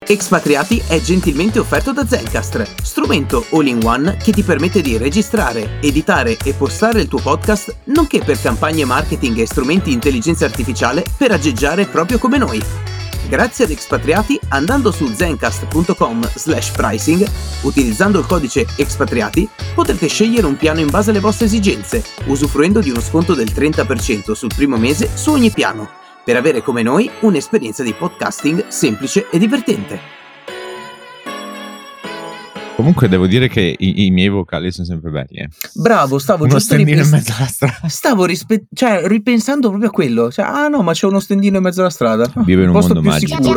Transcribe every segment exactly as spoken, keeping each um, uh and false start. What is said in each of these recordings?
Expatriati è gentilmente offerto da Zencastr, strumento all-in-one che ti permette di registrare, editare e postare il tuo podcast, nonché per campagne marketing e strumenti di intelligenza artificiale per aggeggiare proprio come noi. Grazie ad Expatriati, andando su zencastr punto com slash pricing, utilizzando il codice Expatriati, potrete scegliere un piano in base alle vostre esigenze, usufruendo di uno sconto del trenta per cento sul primo mese su ogni piano, per avere come noi un'esperienza di podcasting semplice e divertente. Comunque devo dire che i, i miei vocali sono sempre belli. Eh. Bravo, stavo uno giusto stendino ripens- in mezzo alla strada. Stavo rispe- cioè, ripensando proprio a quello. Cioè, ah no, ma c'è uno stendino in mezzo alla strada. Vive in un posto mondo più magico. sicuro.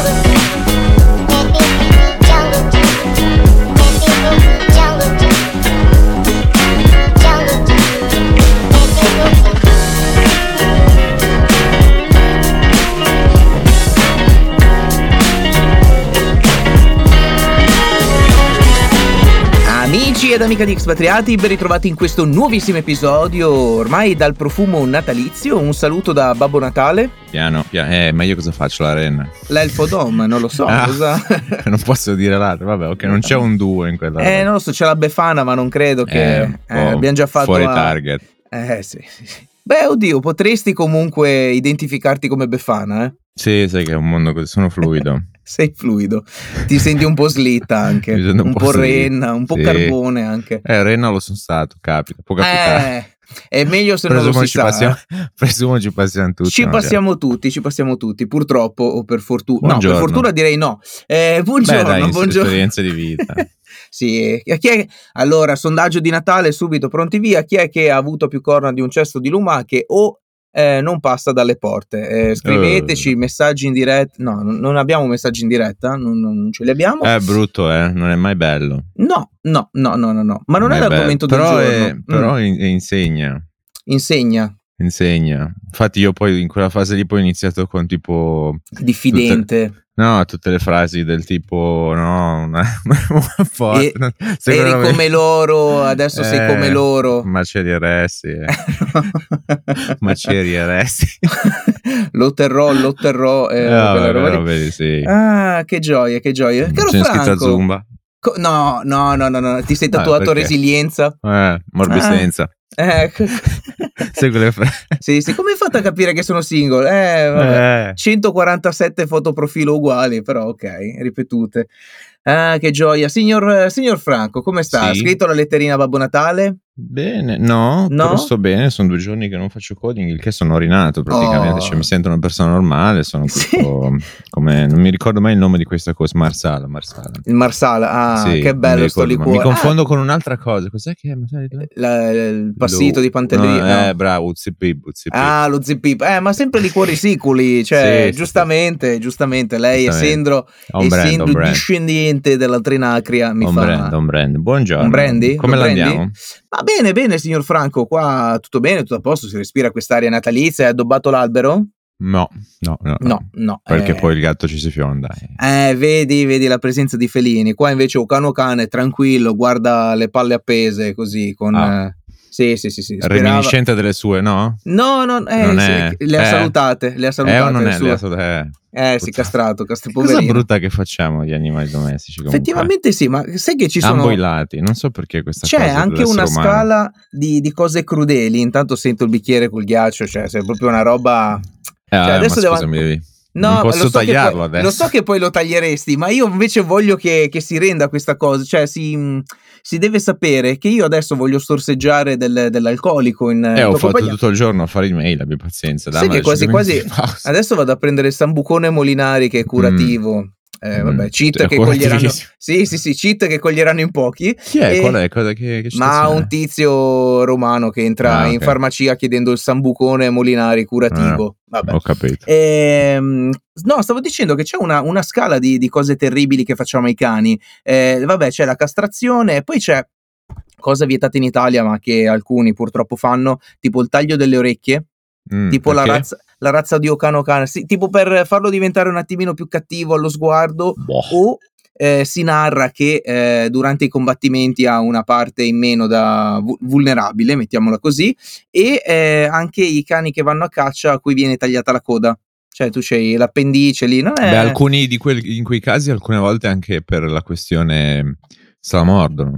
Amici ed amiche di Expatriati, ben ritrovati in questo nuovissimo episodio, ormai dal profumo natalizio. Un saluto da Babbo Natale. Piano, piano. Eh, ma io cosa faccio? La renna? L'elfo Dom, non lo so. Ah, cosa... non posso dire l'altro, vabbè, ok, non c'è un duo in quella. Eh, non lo so, c'è la Befana, ma non credo che... Eh, Eh, abbiamo già fatto... fuori a... target. Eh, sì, sì, sì. Beh, oddio, potresti comunque identificarti come Befana, eh? Sì, sai che è un mondo così, sono fluido. Sei fluido, ti senti un po' slitta anche, un, un po', po' renna, un po' sì. carbone anche. Eh, renna lo sono stato, capita, può capitare. Eh, è meglio se non lo si ci sa. passiamo, presumo ci passiamo tutti. Ci no? passiamo tutti, ci passiamo tutti, purtroppo o per fortuna. No, Buongiorno. per fortuna direi no. Eh, buongiorno, Beh, dai, buongiorno. Esperienze di vita. Sì, chi è... Allora, sondaggio di Natale, subito pronti via. Chi è che ha avuto più corna di un cesto di lumache o eh, non passa dalle porte? Eh, scriveteci uh. messaggi in diretta. No, non abbiamo messaggi in diretta, non, non ce li abbiamo. È brutto, eh, non è mai bello. No, no, no, no, no, no. Ma non, non è, è l'argomento del però giorno. È, però mm. insegna. Insegna. Insegna. Infatti io poi in quella fase lì poi ho iniziato con tipo diffidente. Tutte, no, tutte le frasi del tipo no, una, una e, eri come me... loro, adesso eh, sei come loro. Macerieresti. Eh. Macerieresti. Lo terrò, lo terrò. Eh, no, vabbè, vabbè, sì. Ah, che gioia, che gioia. Caro c'è Franco. scritto Zumba. Co- no, no, no, no, no, ti sei tatuato ah, resilienza. Eh, morbisenza. Ah. Eh, segui le fra- sì, sì, come hai fatto a capire che sono single? Eh, vabbè. Eh. centoquarantasette foto profilo uguali, però ok, ripetute. Ah, che gioia. Signor, signor Franco, come sta? Sì. Ha scritto la letterina a Babbo Natale? Bene, no, no, però sto bene, sono due giorni che non faccio coding, il che sono rinato praticamente, oh. cioè mi sento una persona normale, sono sì. tutto, come, non mi ricordo mai il nome di questa cosa, Marsala, Marsala. Il Marsala, ah, sì, che bello sto liquore. Mi confondo ah. con un'altra cosa, cos'è che è? La, il passito lo, di Pantelleria. No, no. Eh, bravo, Uzzipip, Uzzipip. Ah, lo zipip, eh, ma sempre liquori siculi, cioè, sì, giustamente, sì. giustamente, lei giustamente. essendo, brand, essendo discendiente della Trinacria mi on fa... Brand, on brand. Buongiorno. Un brandy? Come l'andiamo? Va bene, bene, signor Franco, qua tutto bene, tutto a posto, si respira quest'aria natalizia, hai addobbato l'albero? No, no, no, no, no perché eh, poi il gatto ci si fionda. Eh, vedi, vedi la presenza di felini. Qua invece Ocano Cane, tranquillo, guarda le palle appese così con... Ah. Eh, sì, sì, sì, sì. Sperava... Reminiscente delle sue, no? No, no, eh, non sì, è... le ha eh. salutate, le ha salutate. Eh o non è? sue... Le ha salutate... Eh, sì, castrato, castro poverino. Cosa brutta che facciamo gli animali domestici. Comunque. Effettivamente sì, ma sai che ci sono... Ambo i lati, non so perché questa C'è cosa C'è anche una umano. scala di, di cose crudeli, intanto sento il bicchiere col ghiaccio, cioè è proprio una roba... Eh, cioè, adesso ma devo... scusami, devi... No, non posso lo so tagliarlo poi, adesso. Lo so che poi lo taglieresti, ma io invece voglio che, che si renda questa cosa, cioè si, si deve sapere che io adesso voglio sorseggiare del, dell'alcolico in Eh, ho fatto compagnia. tutto il giorno a fare il mail, abbi pazienza. Sai che quasi quasi adesso vado a prendere il Sambucone Molinari che è curativo. Mm. Eh, vabbè, cheat che coglieranno. Sì, sì, sì, cheat che coglieranno in pochi. Chi è? E... Qual è? Cosa che, che Ma un tizio romano che entra ah, in okay. farmacia chiedendo il Sambucone Molinari curativo. Ah, vabbè. Ho capito. E, no, stavo dicendo che c'è una, una scala di, di cose terribili che facciamo ai cani. Eh, vabbè, c'è la castrazione, poi c'è cosa vietata in Italia, ma che alcuni purtroppo fanno, tipo il taglio delle orecchie. Mm, tipo la perché? razza, la razza di Ocano Cane, sì, tipo per farlo diventare un attimino più cattivo allo sguardo. Boh. O eh, si narra che eh, durante i combattimenti ha una parte in meno da vu- vulnerabile, mettiamola così, e eh, anche i cani che vanno a caccia a cui viene tagliata la coda. Cioè tu c'hai l'appendice lì, non è... Beh, alcuni di quelli, in quei casi alcune volte anche per la questione se la mordono.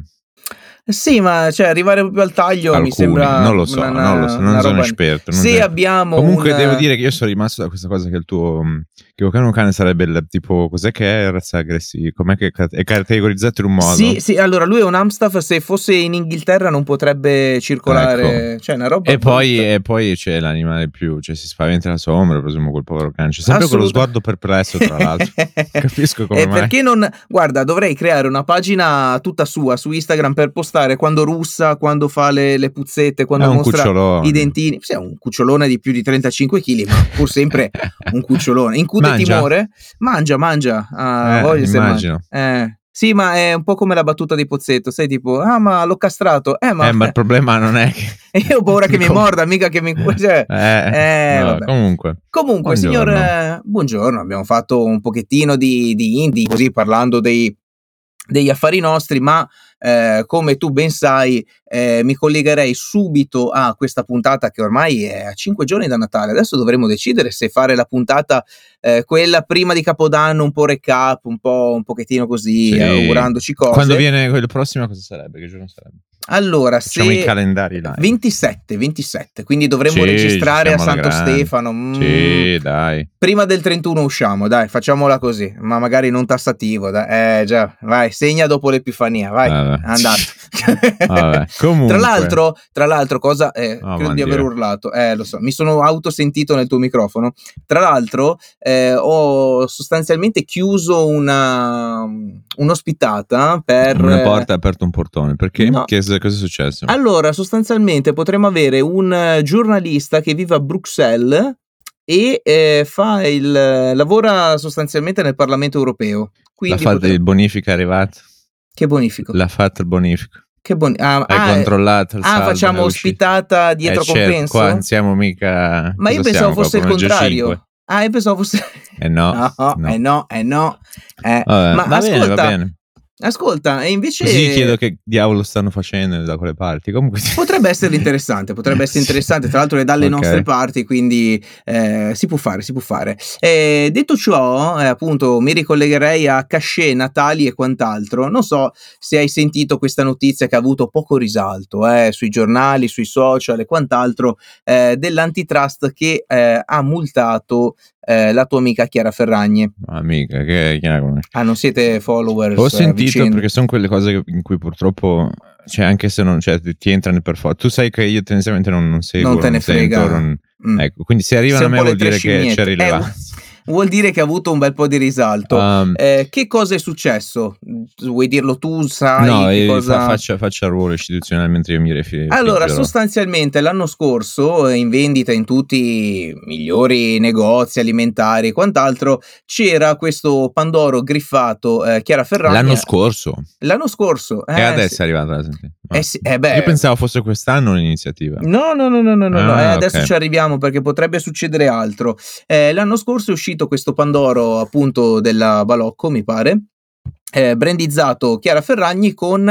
Sì, ma cioè arrivare proprio al taglio Alcuni, mi sembra non lo so, una, non lo so, non una sono roba... esperto. Non Se sono... abbiamo Comunque un... devo dire che io sono rimasto da questa cosa che il tuo che il cane, cane sarebbe il tipo, cos'è che è razza aggressiva? Com'è che è categorizzato in un modo? Sì, sì, allora lui è un Amstaff, se fosse in Inghilterra non potrebbe circolare, ecco. Cioè una roba e poi, brutta. e poi c'è l'animale più, cioè si spaventa la sombra, presumo quel povero cane, c'è sempre Assolut- quello sguardo perplesso tra l'altro. Capisco come eh, mai. Perché non... Guarda, dovrei creare una pagina tutta sua su Instagram per postare quando russa, quando fa le, le puzzette, quando È un mostra cucciolone. i dentini. Sì, è un cucciolone di più di trentacinque chili, ma pur sempre un cucciolone. Incute Mangia? timore? Mangia, mangia. Ah, Eh, voglio se immagino. mangia. Eh. Sì, ma è un po' come la battuta di Pozzetto, sai, tipo, ah, ma l'ho castrato. Eh, ma, eh, ma il problema non è che... E io ho paura che mi morda, mica che mi... Cioè, eh, eh, no, vabbè. comunque. Comunque, buongiorno. signor, eh, buongiorno, abbiamo fatto un pochettino di, di indie, così parlando dei, degli affari nostri, ma eh, come tu ben sai, eh, mi collegherei subito a questa puntata che ormai è a cinque giorni da Natale. Adesso dovremo decidere se fare la puntata eh, quella prima di Capodanno, un po' recap, un po' un pochettino così, Sì. augurandoci cose. Quando viene il prossimo, cosa sarebbe? Che giorno sarebbe? Allora, facciamo se i calendari live. ventisette, ventisette, quindi dovremmo sì, registrare a alla Santo grande. Stefano. Mm, sì, dai. Prima del trentuno usciamo, dai, facciamola così, ma magari non tassativo, dai. Eh già, vai, segna dopo l'Epifania, vai, Vabbè. andato. Vabbè, comunque. Tra l'altro, tra l'altro, cosa, eh, oh, credo di aver Dio. urlato, eh, lo so, mi sono autosentito nel tuo microfono. Tra l'altro, eh, ho sostanzialmente chiuso una un'ospitata per... Una porta, ha aperto un portone, perché? No. Che, cosa è successo? Allora, sostanzialmente potremmo avere un giornalista che vive a Bruxelles e eh, fa il lavora sostanzialmente nel Parlamento europeo. Quindi La fa potremmo... il bonifico è arrivato? Che bonifico? L'ha fatto il bonifico. Che boni... ah, Hai ah, controllato il ah, saldo? facciamo ospitata dietro eh, certo, compenso? qua non siamo mica... Ma io cosa pensavo siamo, fosse qua, il contrario. Ah, io pensavo fosse... Eh no, no, no. eh no, eh no. Eh. Vabbè, Ma va ascolta, bene, va bene. Ascolta, e invece... Così chiedo che diavolo stanno facendo da quelle parti. Comunque... Potrebbe essere interessante, potrebbe essere interessante, tra l'altro è dalle okay. nostre parti, quindi eh, si può fare, si può fare. Eh, detto ciò, eh, appunto, mi ricollegherei a cachet, Natali e quant'altro. Non so se hai sentito questa notizia che ha avuto poco risalto eh, sui giornali, sui social e quant'altro, eh, dell'antitrust che eh, ha multato eh, la tua amica Chiara Ferragni. Amica, che chi la conosce? Ah, non siete followers? Ho sentito vicini. Perché sono quelle cose in cui purtroppo, cioè anche se non, cioè, ti entrano per forza. Tu sai che io tendenzialmente non, non seguo, non te ne non frega. Sento, non... Mm. Ecco, quindi se arrivano a me vuol dire che c'è rilevanza. Eh, vuol dire che ha avuto un bel po' di risalto. Um, eh, che cosa è successo? Vuoi dirlo tu? Sai no, che cosa... fa, faccia, faccia il ruolo istituzionale mentre io mi riferisco. Allora, sostanzialmente l'anno scorso, in vendita in tutti i migliori negozi alimentari e quant'altro, c'era questo Pandoro griffato eh, Chiara Ferragni. L'anno scorso? L'anno scorso. Eh, e adesso sì. è arrivata la sentenza. Eh sì, eh beh. Io pensavo fosse quest'anno l'iniziativa. No, no, no, no, no, no, ah, no. Eh, adesso okay. ci arriviamo perché potrebbe succedere altro. Eh, l'anno scorso è uscito questo Pandoro appunto della Balocco, mi pare, eh, brandizzato Chiara Ferragni con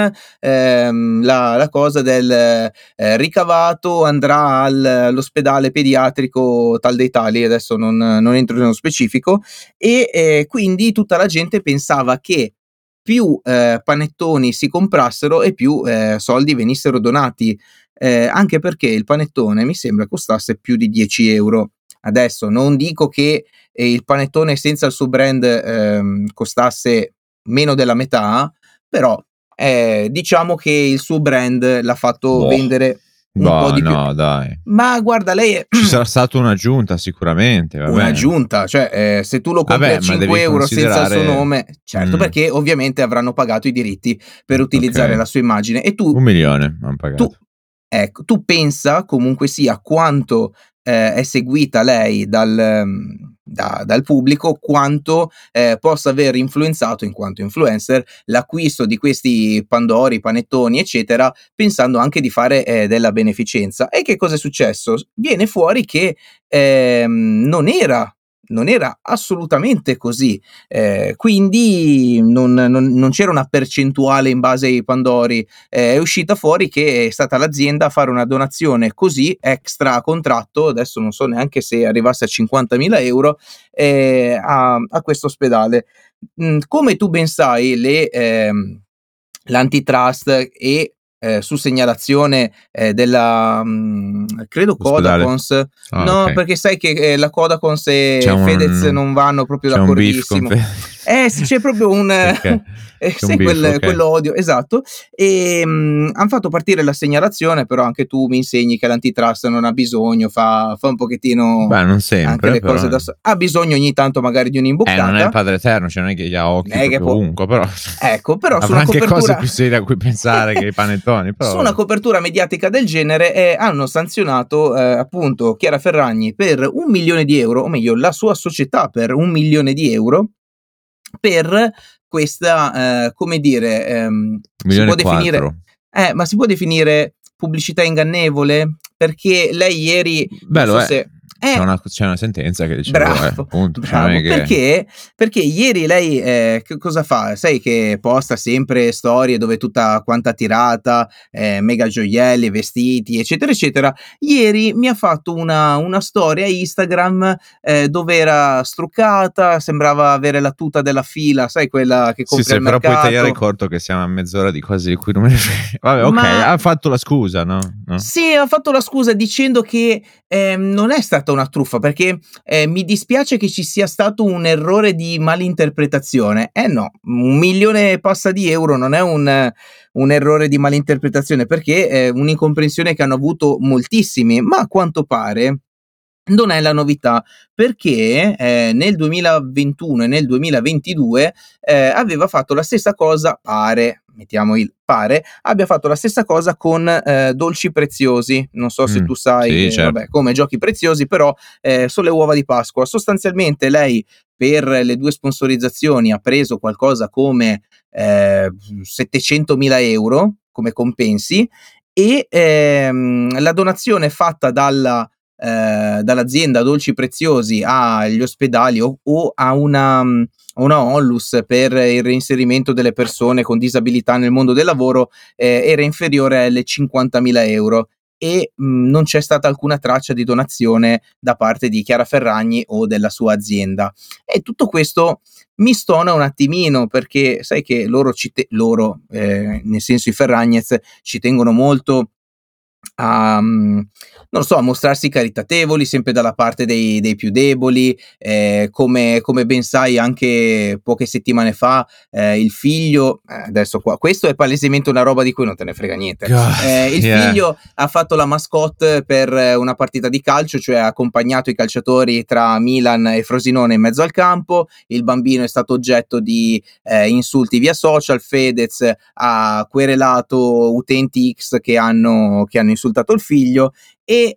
ehm, la, la cosa del eh, ricavato andrà al, all'ospedale pediatrico tal dei tali, adesso non, non entro nello specifico, e eh, quindi tutta la gente pensava che più eh, panettoni si comprassero e più eh, soldi venissero donati. Eh, anche perché il panettone mi sembra costasse più di dieci euro. Adesso non dico che eh, il panettone senza il suo brand eh, costasse meno della metà, però eh, diciamo che il suo brand l'ha fatto boh. vendere un boh, po' di più. No, dai. Ma guarda, lei è... ci sarà stata un'aggiunta sicuramente. Va un'aggiunta, cioè eh, se tu lo compri Vabbè, a cinque euro considerare... senza il suo nome, certo, mm. perché ovviamente avranno pagato i diritti per utilizzare okay. la sua immagine. E tu un milione hanno pagato. Tu, ecco, tu pensa comunque sia quanto eh, è seguita lei dal, da, dal pubblico, quanto eh, possa aver influenzato in quanto influencer l'acquisto di questi pandori, panettoni eccetera, pensando anche di fare eh, della beneficenza. E che cosa è successo? Viene fuori che eh, non era non era assolutamente così, eh, quindi non, non, non c'era una percentuale in base ai Pandori, eh, è uscita fuori che è stata l'azienda a fare una donazione così extra contratto, adesso non so neanche se arrivasse a cinquantamila euro, eh, a, a questo ospedale. Mm, come tu ben sai, le, ehm, l'antitrust e eh, su segnalazione eh, della mh, credo Ospedale. Codacons, Ah, no, okay. perché sai che eh, la Codacons e C'è un- Fedez non vanno proprio c'è un beef d'accordissimo. con Fe- Eh sì, c'è proprio un Perché? eh, C'è un sai, beef, quel, ok. quell'odio, esatto. E hanno fatto partire la segnalazione, però anche tu mi insegni che l'antitrust non ha bisogno, fa, fa un pochettino Beh, non anche sempre, le però. cose da so- ha bisogno ogni tanto magari di Eh, non è il un'imboccata. Padre Eterno, cioè non è che gli ha occhi Non è che proprio può- ovunque, però. Ecco, però su avrà una anche cose copertura più serie a cui pensare che i panettoni, però. su una copertura mediatica del genere eh, hanno sanzionato eh, appunto Chiara Ferragni per un milione di euro, o meglio la sua società per un milione di euro per questa, eh, come dire, ehm, si Milione può definire, quattro. eh, ma si può definire pubblicità ingannevole? Perché lei ieri, Beh, non so lo è. se... C'è Eh, una, c'è una sentenza che dice bravo, lo è, appunto. Cioè, non bravo, è che- perché, perché ieri lei eh, che cosa fa? Sai che posta sempre storie dove tutta quanta tirata, eh, mega gioielli, vestiti, eccetera, eccetera. Ieri mi ha fatto una, una storia Instagram eh, dove era struccata, sembrava avere la tuta della fila, sai, quella che Sì, compri sì, al però puoi tagliare mercato. corto che siamo a mezz'ora di cose di cui non me ne frega. Vabbè, ok, Ma- ha fatto la scusa, no? No? Sì, ha fatto la scusa dicendo che ehm, non è stata una truffa, perché eh, mi dispiace che ci sia stato un errore di malinterpretazione. Eh no, un milione e passa di euro non è un, un errore di malinterpretazione, perché è un'incomprensione che hanno avuto moltissimi, ma a quanto pare non è la novità, perché eh, nel duemilaventuno e nel duemilaventidue eh, aveva fatto la stessa cosa, pare, mettiamo il pare, abbia fatto la stessa cosa con eh, dolci preziosi. Non so se Mm, tu sai sì, che, certo. vabbè, come giochi preziosi, però eh, sono le uova di Pasqua. Sostanzialmente lei per le due sponsorizzazioni ha preso qualcosa come eh, settecentomila euro come compensi, e ehm, la donazione fatta dalla eh, dall'azienda Dolci Preziosi agli ospedali o, o a una, una onlus per il reinserimento delle persone con disabilità nel mondo del lavoro eh, era inferiore alle cinquantamila euro, e mh, non c'è stata alcuna traccia di donazione da parte di Chiara Ferragni o della sua azienda. E tutto questo mi stona un attimino, perché sai che loro, ci te- loro eh, nel senso i Ferragnez, ci tengono molto a, non so, a mostrarsi caritatevoli, sempre dalla parte dei, dei più deboli, eh, come, come ben sai anche poche settimane fa eh, il figlio, eh, adesso qua, questo è palesemente una roba di cui non te ne frega niente, God, eh, il yeah. figlio ha fatto la mascotte per una partita di calcio, cioè ha accompagnato i calciatori tra Milan e Frosinone in mezzo al campo, il bambino è stato oggetto di eh, insulti via social, Fedez ha querelato utenti X che hanno, che hanno insultato il figlio, e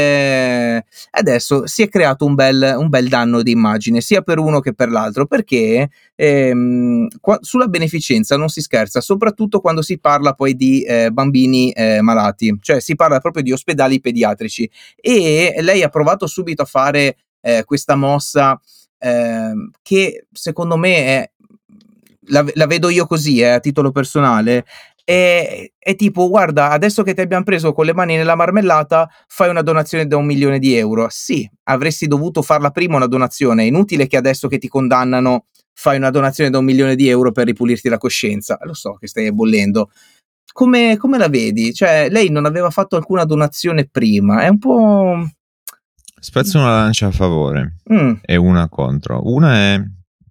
eh, adesso si è creato un bel, un bel danno di immagine sia per uno che per l'altro, perché ehm, qua, sulla beneficenza non si scherza, soprattutto quando si parla poi di eh, bambini eh, malati, cioè si parla proprio di ospedali pediatrici, e lei ha provato subito a fare eh, questa mossa eh, che secondo me è, la, la vedo io così eh, a titolo personale, è, è tipo, guarda, adesso che ti abbiamo preso con le mani nella marmellata, fai una donazione da un milione di euro. Sì, avresti dovuto farla prima una donazione, è inutile che adesso che ti condannano fai una donazione da un milione di euro per ripulirti la coscienza. Lo so che stai bollendo. Come, come la vedi? Cioè, lei non aveva fatto alcuna donazione prima, è un po'... Spezzo una lancia a favore Mm. e una contro. Una è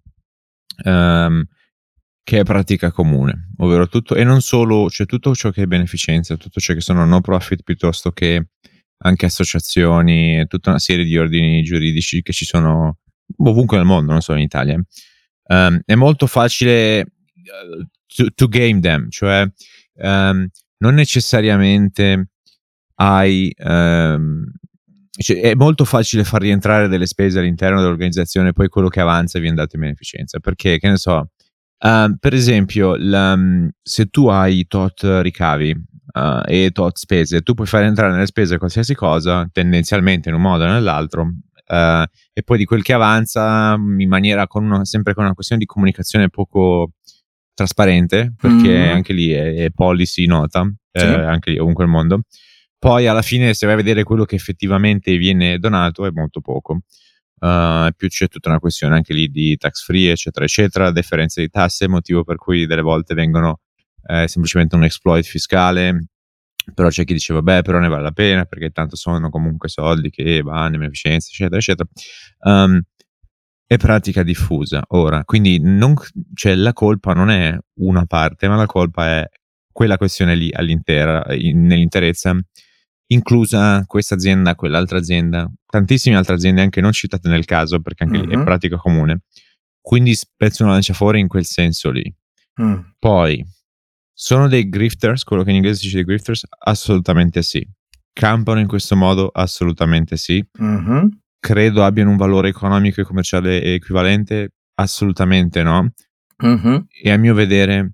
um, che è pratica comune, ovvero tutto, e non solo, cioè tutto ciò che è beneficenza, tutto ciò che sono no profit, piuttosto che anche associazioni, tutta una serie di ordini giuridici che ci sono ovunque nel mondo, non solo in Italia. Um, è molto facile uh, to, to game them, cioè um, non necessariamente hai um, cioè, è molto facile far rientrare delle spese all'interno dell'organizzazione, poi quello che avanza viene dato in beneficenza, perché, che ne so, uh, per esempio la, se tu hai tot ricavi uh, e tot spese, tu puoi far entrare nelle spese qualsiasi cosa tendenzialmente in un modo o nell'altro, uh, e poi di quel che avanza in maniera con una, sempre con una questione di comunicazione poco trasparente, perché Mm. anche lì è, è policy nota, Sì. eh, anche lì ovunque il mondo. Poi alla fine se vai a vedere quello che effettivamente viene donato è molto poco. Uh, più c'è tutta una questione anche lì di tax free eccetera eccetera, differenze di tasse, motivo per cui delle volte vengono eh, semplicemente un exploit fiscale, però c'è chi dice vabbè però ne vale la pena perché tanto sono comunque soldi che vanno in beneficenza eccetera eccetera. Um, è pratica diffusa ora, quindi non, cioè, la colpa non è una parte, ma la colpa è quella questione lì all'intera, in, nell'interezza, inclusa questa azienda, quell'altra azienda, tantissime altre aziende anche non citate nel caso perché anche mm-hmm. lì è pratica comune, quindi spezzo una lancia fuori in quel senso lì. Mm. Poi sono dei grifters, quello che in inglese si dice dei grifters, assolutamente sì. Campano in questo modo, assolutamente sì. Mm-hmm. Credo abbiano un valore economico e commerciale equivalente, assolutamente no. Mm-hmm. E a mio vedere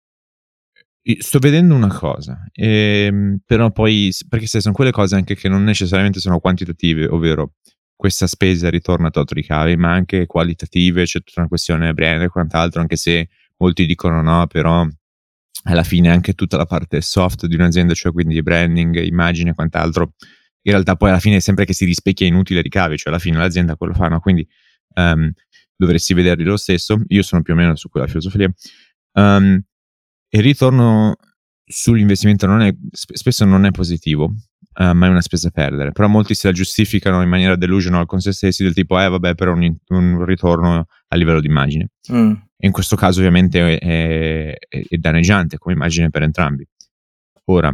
sto vedendo una cosa, ehm, però poi perché se sono quelle cose anche che non necessariamente sono quantitative, ovvero questa spesa ritorna a tot ricavi, ma anche qualitative, c'è tutta una questione brand e quant'altro, anche se molti dicono no, però alla fine anche tutta la parte soft di un'azienda, cioè quindi branding, immagine e quant'altro, in realtà poi alla fine è sempre che si rispecchia inutile ricavi, cioè alla fine l'azienda quello fa, no? Quindi um, dovresti vederli lo stesso. Io sono più o meno su quella filosofia. Um, il ritorno sull'investimento non è, spesso non è positivo, uh, ma è una spesa a perdere, però molti se la giustificano in maniera delusional con se stessi, del tipo eh vabbè però un, un ritorno a livello di immagine. Mm. E in questo caso ovviamente è, è, è danneggiante come immagine per entrambi. Ora,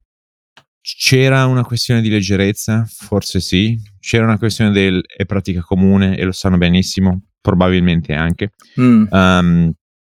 c'era una questione di leggerezza? Forse sì. C'era una questione del è pratica comune e lo sanno benissimo? Probabilmente anche. Mm. Um,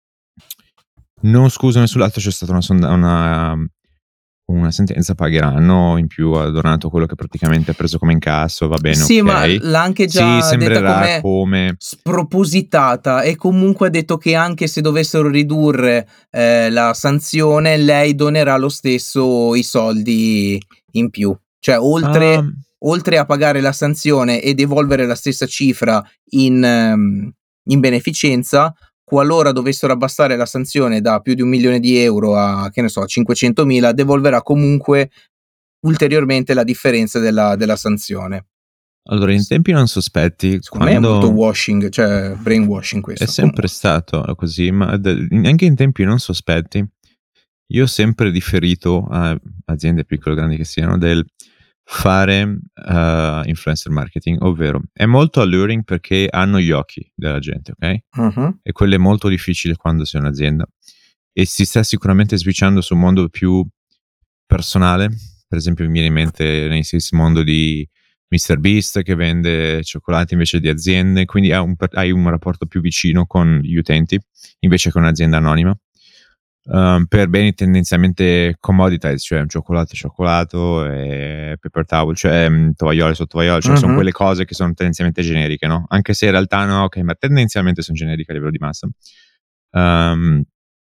non scusami sull'altro, c'è stata una, sonda, una, una sentenza, pagheranno, in più ha donato quello che praticamente ha preso come incasso, va bene, sì, ok. ma l'ha anche già sì, sembrerà detta come spropositata, e comunque ha detto che anche se dovessero ridurre eh, la sanzione, lei donerà lo stesso i soldi in più, cioè oltre, um, oltre a pagare la sanzione e devolvere la stessa cifra in, um, in beneficenza. Qualora dovessero abbassare la sanzione da più di un milione di euro a, che ne so, cinquecentomila, devolverà comunque ulteriormente la differenza della, della sanzione. Allora, in tempi non sospetti, Secondo quando me è molto washing, cioè brainwashing questo. è sempre comunque stato così, ma de- anche in tempi non sospetti, io ho sempre riferito a aziende piccole o grandi che siano del fare uh, influencer marketing, ovvero è molto alluring perché hanno gli occhi della gente, ok? Uh-huh. E quello è molto difficile quando sei un'azienda e si sta sicuramente switchando su un mondo più personale. Per esempio mi viene in mente nel mondo di mister Beast che vende cioccolati invece di aziende, quindi hai un, hai un rapporto più vicino con gli utenti invece che un'azienda anonima. Um, per beni tendenzialmente commoditized, cioè un cioccolato cioccolato e paper towel, cioè um, tovagliole sotto tovagliole, cioè uh-huh. sono quelle cose che sono tendenzialmente generiche, no? Anche se in realtà no, ok, ma tendenzialmente sono generiche a livello di massa. Um,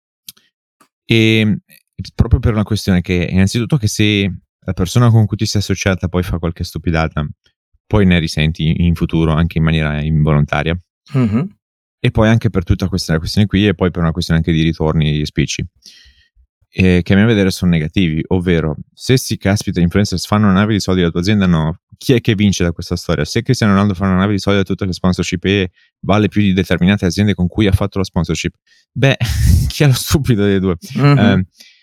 e proprio per una questione che innanzitutto che se la persona con cui ti sei associata poi fa qualche stupidata, poi ne risenti in futuro anche in maniera involontaria. Uh-huh. E poi anche per tutta questa questione qui e poi per una questione anche di ritorni spicci eh, che a mio vedere sono negativi, ovvero se si caspita influencers fanno una nave di soldi dalla tua azienda, no, chi è che vince da questa storia? Se Cristiano Ronaldo fa una nave di soldi da tutte le sponsorship e vale più di determinate aziende con cui ha fatto la sponsorship, beh, chi è lo stupido dei due? Uh-huh. eh,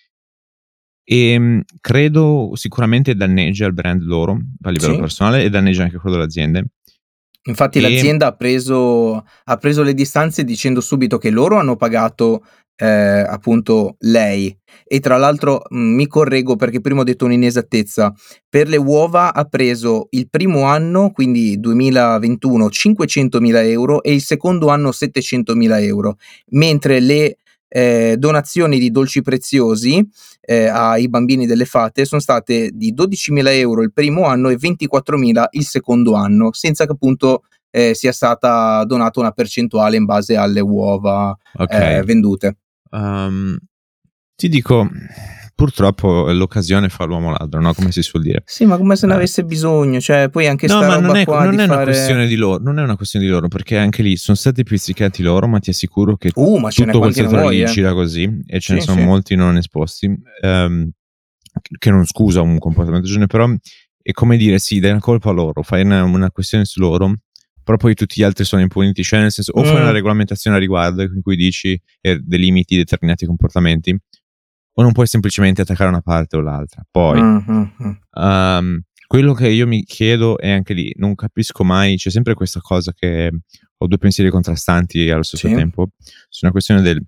e credo sicuramente danneggia il brand loro a livello sì. personale e danneggia anche quello delle aziende. Infatti e... l'azienda ha preso, ha preso le distanze dicendo subito che loro hanno pagato eh, appunto lei, e tra l'altro mh, mi correggo perché prima ho detto un'inesattezza, per le uova ha preso il primo anno, quindi duemilaventuno, cinquecentomila euro e il secondo anno settecentomila euro, mentre le Eh, donazioni di dolci preziosi eh, ai bambini delle fate sono state di dodicimila euro il primo anno e ventiquattromila il secondo anno, senza che appunto eh, sia stata donata una percentuale in base alle uova okay. eh, vendute. Um, ti dico, purtroppo l'occasione fa l'uomo ladro, no? Come si suol dire. Sì, ma come se ne Eh. avesse bisogno, cioè poi anche No, sta ma roba non è, qua non di è una fare... questione di loro, non è una questione di loro, perché anche lì sono stati pizzicati loro, ma ti assicuro che Uh, ma ce n'è tutto quel quanti ne territorio vuoi, lì eh. gira così, e ce ne Sì, sono sì. molti non esposti, ehm, che non scusa un comportamento del genere, però è come dire, sì, dai una colpa a loro, fai una, una questione su loro, però poi tutti gli altri sono impuniti, cioè nel senso, o fai una Mm. regolamentazione a riguardo in cui dici e delimiti determinati comportamenti, o non puoi semplicemente attaccare una parte o l'altra. Poi, Mm, mm, mm. um, quello che io mi chiedo è anche lì, non capisco mai, c'è sempre questa cosa che ho due pensieri contrastanti allo stesso Sì. tempo, su una questione del...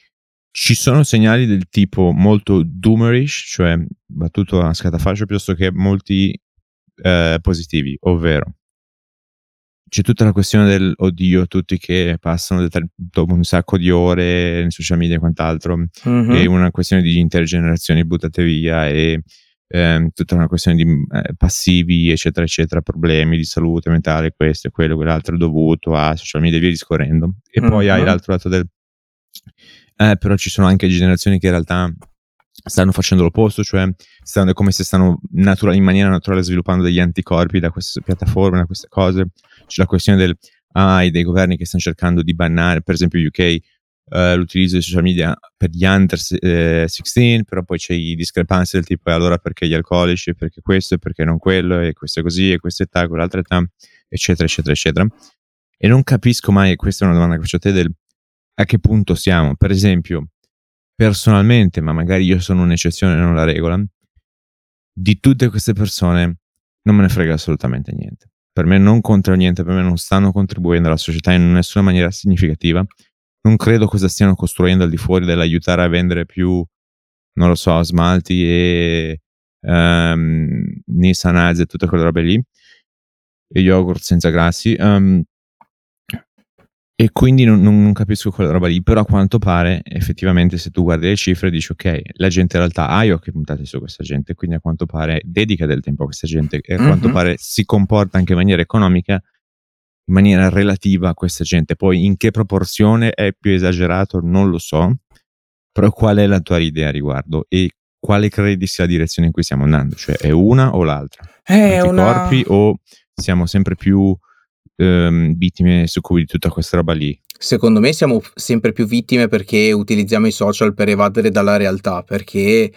Ci sono segnali del tipo molto doomerish, cioè battuto a scatafascio, piuttosto che molti eh, positivi, ovvero c'è tutta la questione del oddio, tutti che passano deter- dopo un sacco di ore nei social media e quant'altro, Mhm. e una questione di intere generazioni buttate via, e ehm, tutta una questione di eh, passivi, eccetera, eccetera, problemi di salute mentale, questo e quello, quell'altro, dovuto a social media e via discorrendo. E poi hai Mhm. l'altro lato del eh, però ci sono anche generazioni che in realtà stanno facendo l'opposto, cioè stanno, è come se stanno natura- in maniera naturale sviluppando degli anticorpi da queste piattaforme, da queste cose. C'è la questione del ah, hai dei governi che stanno cercando di bannare, per esempio U K, eh, l'utilizzo dei social media per gli under eh, sedici, però poi c'è i discrepanze del tipo, e allora perché gli alcolici, perché questo e perché non quello, e questo è così, e questa età, quell'altra età, eccetera, eccetera, eccetera. E non capisco mai, e questa è una domanda che faccio a te, del a che punto siamo. Per esempio, personalmente, ma magari io sono un'eccezione e non la regola, di tutte queste persone non me ne frega assolutamente niente. Per me non contano niente, per me non stanno contribuendo alla società in nessuna maniera significativa. Non credo cosa stiano costruendo al di fuori dell'aiutare a vendere più, non lo so, smalti e um, Nissan Ads e tutte quelle robe lì, e yogurt senza grassi. Um, E quindi non, non, non capisco quella roba lì, però a quanto pare effettivamente se tu guardi le cifre dici ok, la gente in realtà ha gli occhi puntati su questa gente, quindi a quanto pare dedica del tempo a questa gente, e a quanto Mhm. pare si comporta anche in maniera economica, in maniera relativa a questa gente. Poi in che proporzione è più esagerato non lo so, però qual è la tua idea a riguardo e quale credi sia la direzione in cui stiamo andando? Cioè è una o l'altra? È Anticorpi una... o siamo sempre più ehm, vittime succubi di tutta questa roba lì? Secondo me siamo f- sempre più vittime perché utilizziamo i social per evadere dalla realtà, perché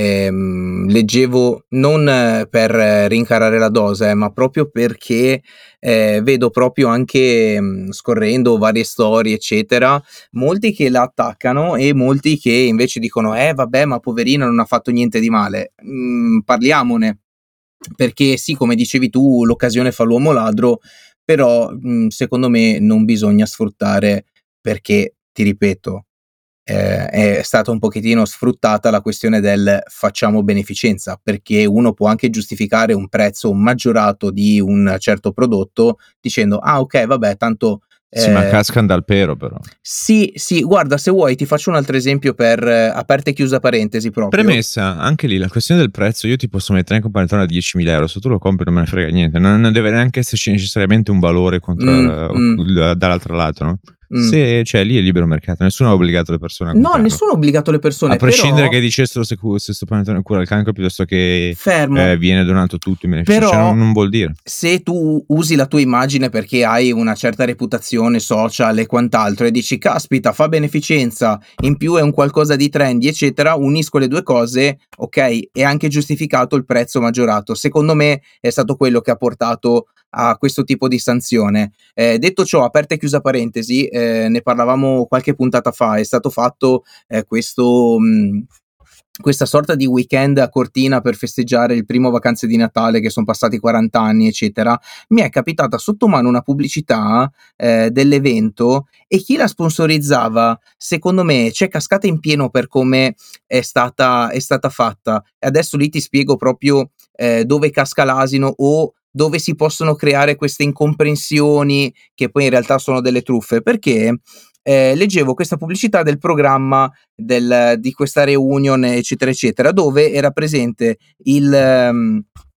ehm, leggevo non eh, per eh, rincarare la dose, eh, ma proprio perché eh, vedo proprio anche mh, scorrendo varie storie, eccetera, molti che la attaccano e molti che invece dicono eh vabbè, ma poverina non ha fatto niente di male. Mm, parliamone. Perché sì, come dicevi tu, l'occasione fa l'uomo ladro, però mh, secondo me non bisogna sfruttare, perché, ti ripeto, eh, è stata un pochettino sfruttata la questione del facciamo beneficenza, perché uno può anche giustificare un prezzo maggiorato di un certo prodotto dicendo ah ok vabbè tanto Sì, ma eh, cascano dal pero però. sì sì guarda se vuoi ti faccio un altro esempio per eh, aperta e chiusa parentesi proprio. Premessa, anche lì la questione del prezzo, io ti posso mettere anche un panettone a diecimila euro, se tu lo compri non me ne frega niente, non, non deve neanche esserci necessariamente un valore Mm, contro, mm, uh, dall'altro lato, no? mm. Se cioè lì è libero mercato, nessuno ha obbligato le persone a No, comprarlo. nessuno ha obbligato le A persone, prescindere però che dicessero se, cu- se sto panettone cura il cancro piuttosto che fermo. eh, viene donato tutto in beneficio, cioè Però non, non vuol dire. se tu usi la tua immagine perché hai una certa reputazione social e quant'altro e dici caspita fa beneficenza, in più è un qualcosa di trendy eccetera, unisco le due cose, ok, è anche giustificato il prezzo maggiorato. Secondo me è stato quello che ha portato a questo tipo di sanzione. Eh, detto ciò, aperta e chiusa parentesi, eh, ne parlavamo qualche puntata fa, è stato fatto eh, questo... Mh, questa sorta di weekend a Cortina per festeggiare il primo vacanze di Natale che sono passati quaranta anni eccetera. Mi è capitata sotto mano una pubblicità eh, dell'evento e chi la sponsorizzava secondo me c'è cascata in pieno per come è stata, è stata fatta, e adesso lì ti spiego proprio eh, dove casca l'asino o dove si possono creare queste incomprensioni che poi in realtà sono delle truffe, perché eh, leggevo questa pubblicità del programma del, di questa reunion eccetera eccetera, dove era presente il, um,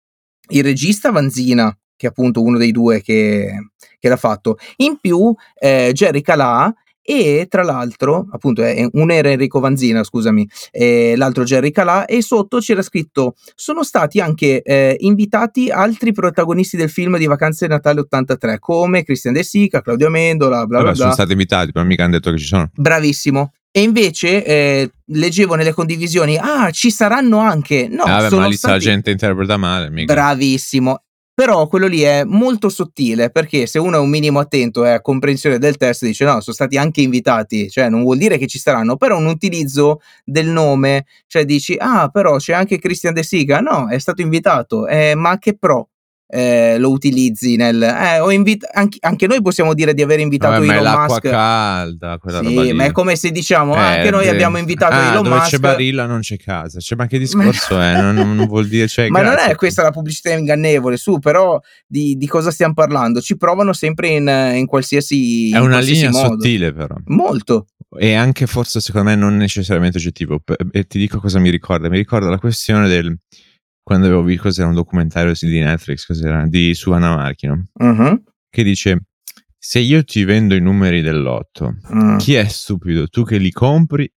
il regista Vanzina, che è appunto uno dei due che, che l'ha fatto, in più eh, Jerry Calà E tra l'altro, appunto, eh, uno era Enrico Vanzina, scusami, e l'altro Gerry Calà, e sotto c'era scritto: sono stati anche eh, invitati altri protagonisti del film di Vacanze di Natale ottantatré, come Christian De Sica, Claudio Amendola, bla bla Vabbè, bla. sono stati invitati, però mica hanno detto che ci sono. Bravissimo. E invece eh, leggevo nelle condivisioni: ah, ci saranno anche. No, Eh, vabbè, sono ma lì se la stati... gente interpreta male, mica. Bravissimo. Però quello lì è molto sottile, perché se uno è un minimo attento e ha comprensione del testo, dice no, sono stati anche invitati, cioè non vuol dire che ci saranno, però un utilizzo del nome, cioè dici ah, però c'è anche Christian De Sica, no, è stato invitato, eh, ma che pro eh, lo utilizzi nel eh, ho invit- anche, anche noi possiamo dire di aver invitato Vabbè, ma è Elon l'acqua Musk. calda, quella roba Sì, lì. ma è come se diciamo Eh, ah, anche noi beh, abbiamo invitato ah, Elon dove Musk. c'è Barilla non c'è casa, cioè, ma che discorso è? Non, non vuol dire, cioè, ma grazie. non è questa la pubblicità ingannevole, su, però di, di cosa stiamo parlando? Ci provano sempre in, in qualsiasi È in una qualsiasi linea modo. sottile, però. Molto. E anche forse secondo me non necessariamente oggettivo. E ti dico cosa mi ricorda. Mi ricorda la questione del quando avevo visto cos'era un documentario di Netflix, cos'era di su Anna Marchino, uh-huh. che dice: se io ti vendo i numeri del lotto, mm. chi è stupido? Tu che li compri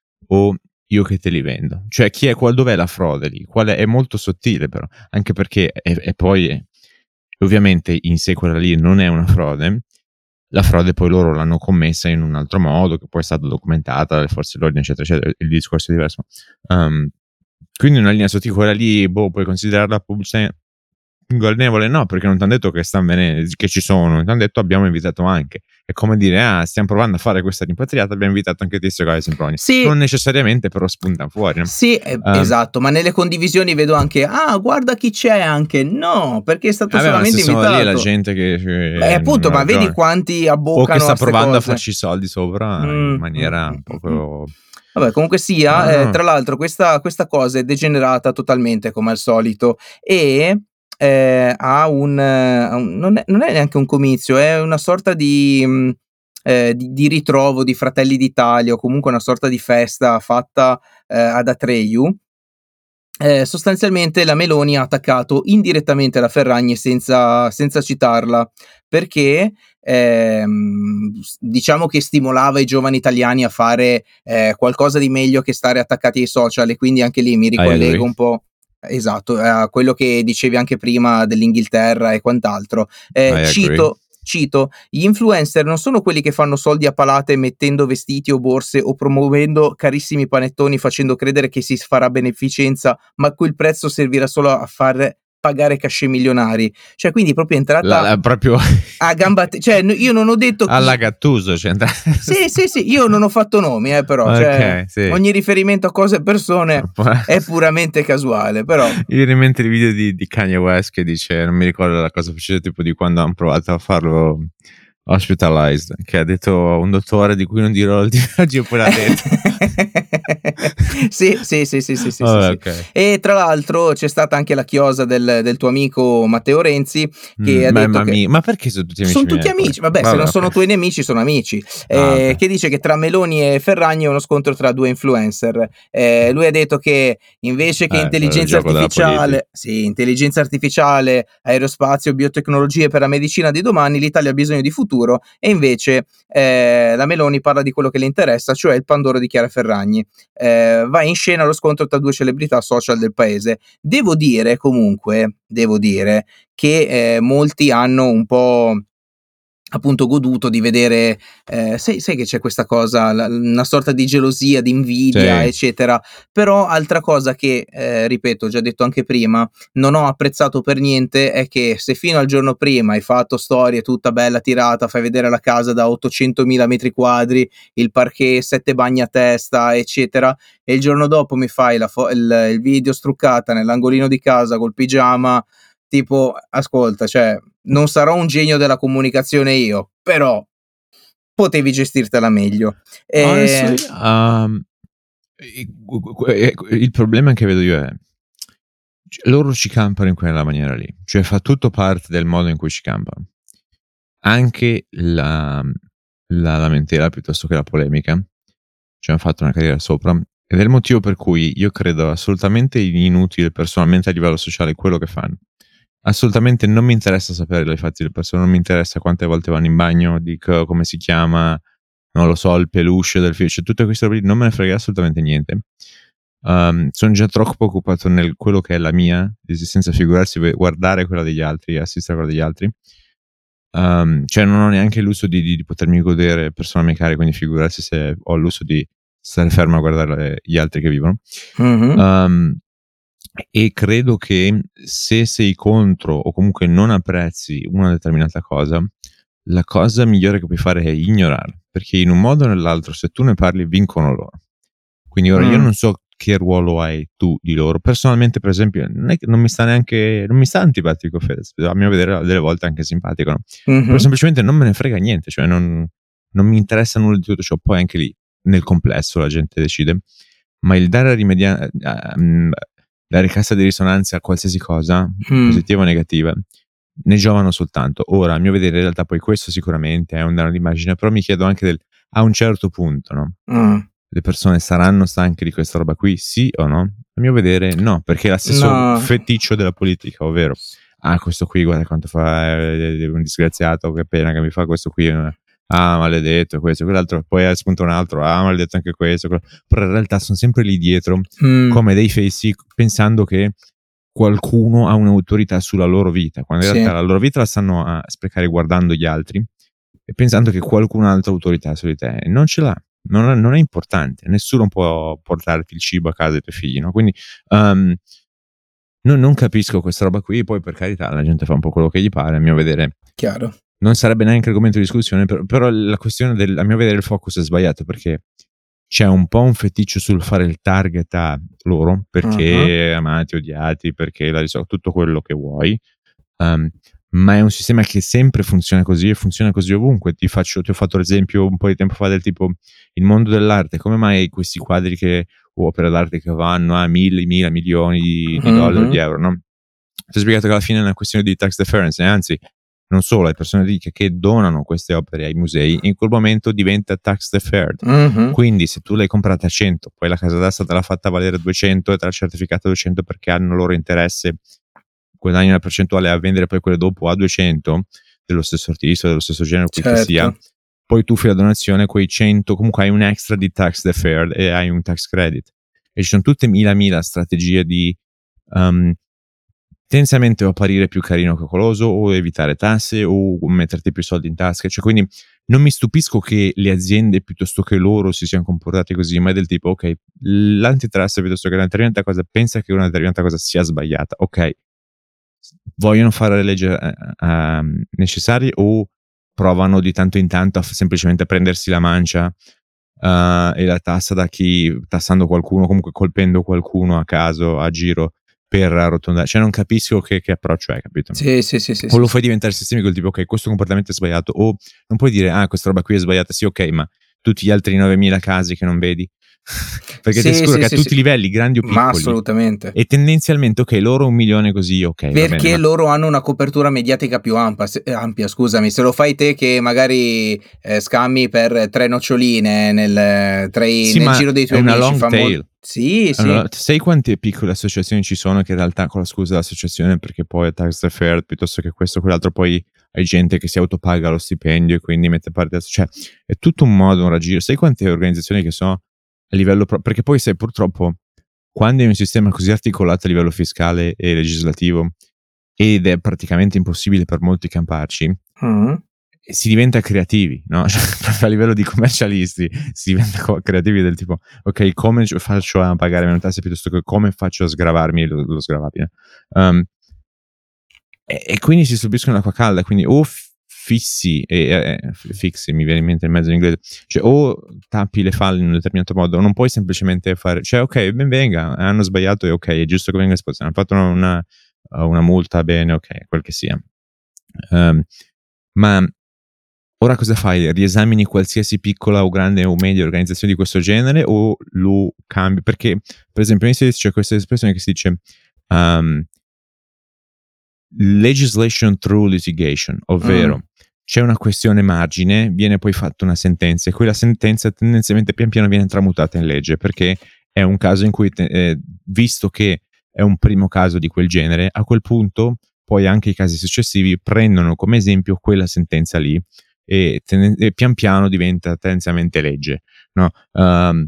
o io che te li vendo? Cioè, chi è, qual, dov'è la frode lì? Qual è, è molto sottile, però, anche perché e, e poi è, ovviamente in sé quella lì non è una frode. La frode poi loro l'hanno commessa in un altro modo, che poi è stata documentata dalle forze dell'ordine, eccetera, eccetera. Il discorso è diverso. Um, quindi una linea sottile, quella lì, boh, puoi considerarla pubblicità ingannevole? No, perché non ti hanno detto che stanno bene, che ci sono, ti hanno detto abbiamo invitato anche. È come dire, ah, stiamo provando a fare questa rimpatriata, abbiamo invitato anche Tizio Caio Semproni. Sì. Non necessariamente, però spunta fuori. No? Sì, eh, um, esatto, ma nelle condivisioni vedo anche, ah, guarda chi c'è anche. No, perché è stato vabbè, solamente ma se invitato. Sono lì la gente che, che Beh, appunto, ma vedi quanti abboccano o che sta a ste provando cose. a farci soldi sopra mm, in maniera mm, un poco... Vabbè, comunque sia, no, eh, no. tra l'altro questa, questa cosa è degenerata totalmente come al solito e eh, ha un, un non, è, non è neanche un comizio, è una sorta di, mh, eh, di, di ritrovo di Fratelli d'Italia o comunque una sorta di festa fatta eh, ad Atreju. Eh, sostanzialmente la Meloni ha attaccato indirettamente la Ferragni senza, senza citarla, perché ehm, diciamo che stimolava i giovani italiani a fare eh, qualcosa di meglio che stare attaccati ai social, e quindi anche lì mi ricollego un po'. Esatto, a quello che dicevi anche prima dell'Inghilterra e quant'altro. Eh, cito, cito, gli influencer non sono quelli che fanno soldi a palate mettendo vestiti o borse o promuovendo carissimi panettoni facendo credere che si farà beneficenza, ma quel prezzo servirà solo a far pagare cachet milionari. Cioè, quindi proprio è entrata la, la, proprio a gamba te- cioè io non ho detto chi... alla Gattuso, cioè... sì sì sì, io non ho fatto nomi eh, però okay, cioè, sì. ogni riferimento a cose e persone è puramente casuale, però mi viene in mente il video di, di Kanye West che dice, non mi ricordo la cosa precisa, tipo di quando hanno provato a farlo hospitalized, che ha detto un dottore di cui non dirò il diaggio, poi l'ha detto. sì, sì, sì, sì, sì, sì, oh, sì. Okay. E tra l'altro c'è stata anche la chiosa del, del tuo amico Matteo Renzi che mm, ha ma, detto ma, che ma perché sono tutti amici sono tutti miei, amici, vabbè, vabbè, se non okay. sono tuoi nemici sono amici, ah, eh, okay. che dice che tra Meloni e Ferragni è uno scontro tra due influencer. Eh, lui ha detto che invece che eh, intelligenza artificiale, sì, intelligenza artificiale, aerospazio, biotecnologie per la medicina di domani, l'Italia ha bisogno di futuro, e invece eh, la Meloni parla di quello che le interessa, cioè il Pandoro di Chiara Ferragni. Eh, va in scena lo scontro tra due celebrità social del paese. Devo dire comunque, devo dire che eh, molti hanno un po' appunto goduto di vedere, eh, sai, sai che c'è questa cosa, la, una sorta di gelosia, di invidia, sì, eccetera. Però altra cosa che, eh, ripeto, ho già detto anche prima, non ho apprezzato per niente è che se fino al giorno prima hai fatto storie tutta bella tirata, fai vedere la casa da ottocentomila metri quadri, il parquet, sette bagni a testa, eccetera, e il giorno dopo mi fai la fo- il, il video struccata nell'angolino di casa col pigiama, tipo, ascolta, cioè, non sarò un genio della comunicazione io, però potevi gestirtela meglio. E... Honestly, um, il problema che vedo io è loro ci campano in quella maniera lì, cioè fa tutto parte del modo in cui ci campano. Anche la, la lamentela piuttosto che la polemica ci hanno fatto una carriera sopra, ed è il motivo per cui io credo assolutamente inutile personalmente a livello sociale quello che fanno. Assolutamente non mi interessa sapere le fatti delle persone, non mi interessa quante volte vanno in bagno, di co- come si chiama, non lo so, il peluche del film, cioè tutte queste robe lì non me ne frega assolutamente niente. Um, sono già troppo occupato nel quello che è la mia esistenza, figurarsi guardare quella degli altri, assistere a quella degli altri. Um, cioè non ho neanche l'uso di, di, di potermi godere persone a mie care, quindi figurarsi se ho l'uso di stare fermo a guardare gli altri che vivono. Mm-hmm. Um, e credo che se sei contro o comunque non apprezzi una determinata cosa, la cosa migliore che puoi fare è ignorarla, perché in un modo o nell'altro se tu ne parli vincono loro. Quindi ora mm. io non so che ruolo hai tu di loro. Personalmente, per esempio, non è che non mi sta neanche, non mi sta antipatico Fedez, a mio vedere delle volte anche simpatico, no? Mm-hmm. Però semplicemente non me ne frega niente, cioè non, non mi interessa nulla di tutto ciò. Poi anche lì nel complesso la gente decide, ma il dare rimedia- uh, dare cassa di risonanza a qualsiasi cosa, mm. positiva o negativa, ne giovano soltanto. Ora, a mio vedere, in realtà poi questo sicuramente è un danno d'immagine, però mi chiedo anche del, a un certo punto, no? Mm. Le persone saranno stanche di questa roba qui, sì o no? A mio vedere no, perché è lo stesso no. feticcio della politica, ovvero ah questo qui guarda quanto fa, è un disgraziato, che pena che mi fa questo qui, ah maledetto, questo, quell'altro, poi spunta un altro, ah maledetto anche questo, quello. Però in realtà sono sempre lì dietro mm. come dei fessi, pensando che qualcuno ha un'autorità sulla loro vita, quando in sì. realtà la loro vita la stanno a sprecare guardando gli altri e pensando che qualcun altro ha autorità su di te, e non ce l'ha. Non è, non è importante, nessuno può portarti il cibo a casa dei tuoi figli, no? Quindi um, non, non capisco questa roba qui. Poi per carità la gente fa un po' quello che gli pare, a mio vedere chiaro, non sarebbe neanche argomento di discussione, però, però la questione del, a mio vedere il focus è sbagliato, perché c'è un po' un feticcio sul fare il target a loro, perché uh-huh. amati, odiati, perché la risol- tutto quello che vuoi, um, ma è un sistema che sempre funziona così e funziona così ovunque. Ti faccio, ti ho fatto l'esempio un po' di tempo fa del tipo il mondo dell'arte. Come mai questi quadri che, o opere d'arte che vanno a mille, mila, milioni di, di dollari, mm-hmm. di euro, no? Ti ho spiegato che alla fine è una questione di tax deference, e anzi, non solo, le persone ricche che donano queste opere ai musei, in quel momento diventa tax deferred. Mm-hmm. Quindi se tu l'hai comprata a cento, poi la casa d'asta te l'ha fatta valere duecento e te l'ha certificata duecento perché hanno loro interesse, guadagni una percentuale a vendere poi quelle dopo a duecento dello stesso artista, dello stesso genere, quel certo. che sia, poi tu fai la donazione, quei cento comunque hai un extra di tax deferred e hai un tax credit, e ci sono tutte mila mila strategie di um, tendenzialmente o apparire più carino che coloso, o evitare tasse, o metterti più soldi in tasca, cioè quindi non mi stupisco che le aziende piuttosto che loro si siano comportati così, ma è del tipo ok, l'antitrust piuttosto che una determinata cosa pensa che una determinata cosa sia sbagliata, ok, vogliono fare le leggi uh, uh, necessarie o provano di tanto in tanto a f- semplicemente a prendersi la mancia uh, e la tassa da chi, tassando qualcuno, comunque colpendo qualcuno a caso, a giro, per arrotondare. Cioè non capisco che, che approccio è, capito? Sì, sì, sì, sì, o lo sì, fai diventare sistemico, il tipo ok, questo comportamento è sbagliato, o non puoi dire ah questa roba qui è sbagliata, sì ok, ma tutti gli altri novemila casi che non vedi perché sì, ti assicuro sì, che sì, a tutti sì. i livelli, grandi o piccoli, ma assolutamente, e tendenzialmente ok, loro un milione così, ok, perché va bene, ma... loro hanno una copertura mediatica più ampia, se, ampia scusami, se lo fai te che magari eh, scammi per tre noccioline nel, tra i, sì, nel ma giro dei tuoi è una amici, long fa tail. Mol- sì, sì. Allora, sai quante piccole associazioni ci sono che in realtà con la scusa dell'associazione, perché poi è tax deferred piuttosto che questo o quell'altro, poi hai gente che si autopaga lo stipendio e quindi mette parte, cioè è tutto un modo, un raggiro. Sai quante organizzazioni che sono a livello pro- perché poi sai purtroppo quando hai un sistema così articolato a livello fiscale e legislativo ed è praticamente impossibile per molti camparci, mm. si diventa creativi, no? A livello di commercialisti si diventa co- creativi del tipo ok, come faccio a pagare meno tasse piuttosto che come faccio a sgravarmi lo, lo sgravabile, um, e, e quindi si stupiscono l'acqua calda, quindi o f- fissi e eh, fixi mi viene in mente il mezzo in inglese, cioè o tappi le falle in un determinato modo, non puoi semplicemente fare, cioè ok, ben venga, hanno sbagliato e ok, è giusto che venga esposto, hanno fatto una, una multa, bene, ok, quel che sia, um, ma ora cosa fai? Riesamini qualsiasi piccola o grande o media organizzazione di questo genere o lo cambi? Perché, per esempio, in States c'è questa espressione che si dice um, legislation through litigation, ovvero mm. c'è una questione margine, viene poi fatta una sentenza e quella sentenza tendenzialmente pian piano viene tramutata in legge, perché è un caso in cui, te, eh, visto che è un primo caso di quel genere, a quel punto poi anche i casi successivi prendono come esempio quella sentenza lì e, ten- e pian piano diventa tendenzialmente legge, no? Um,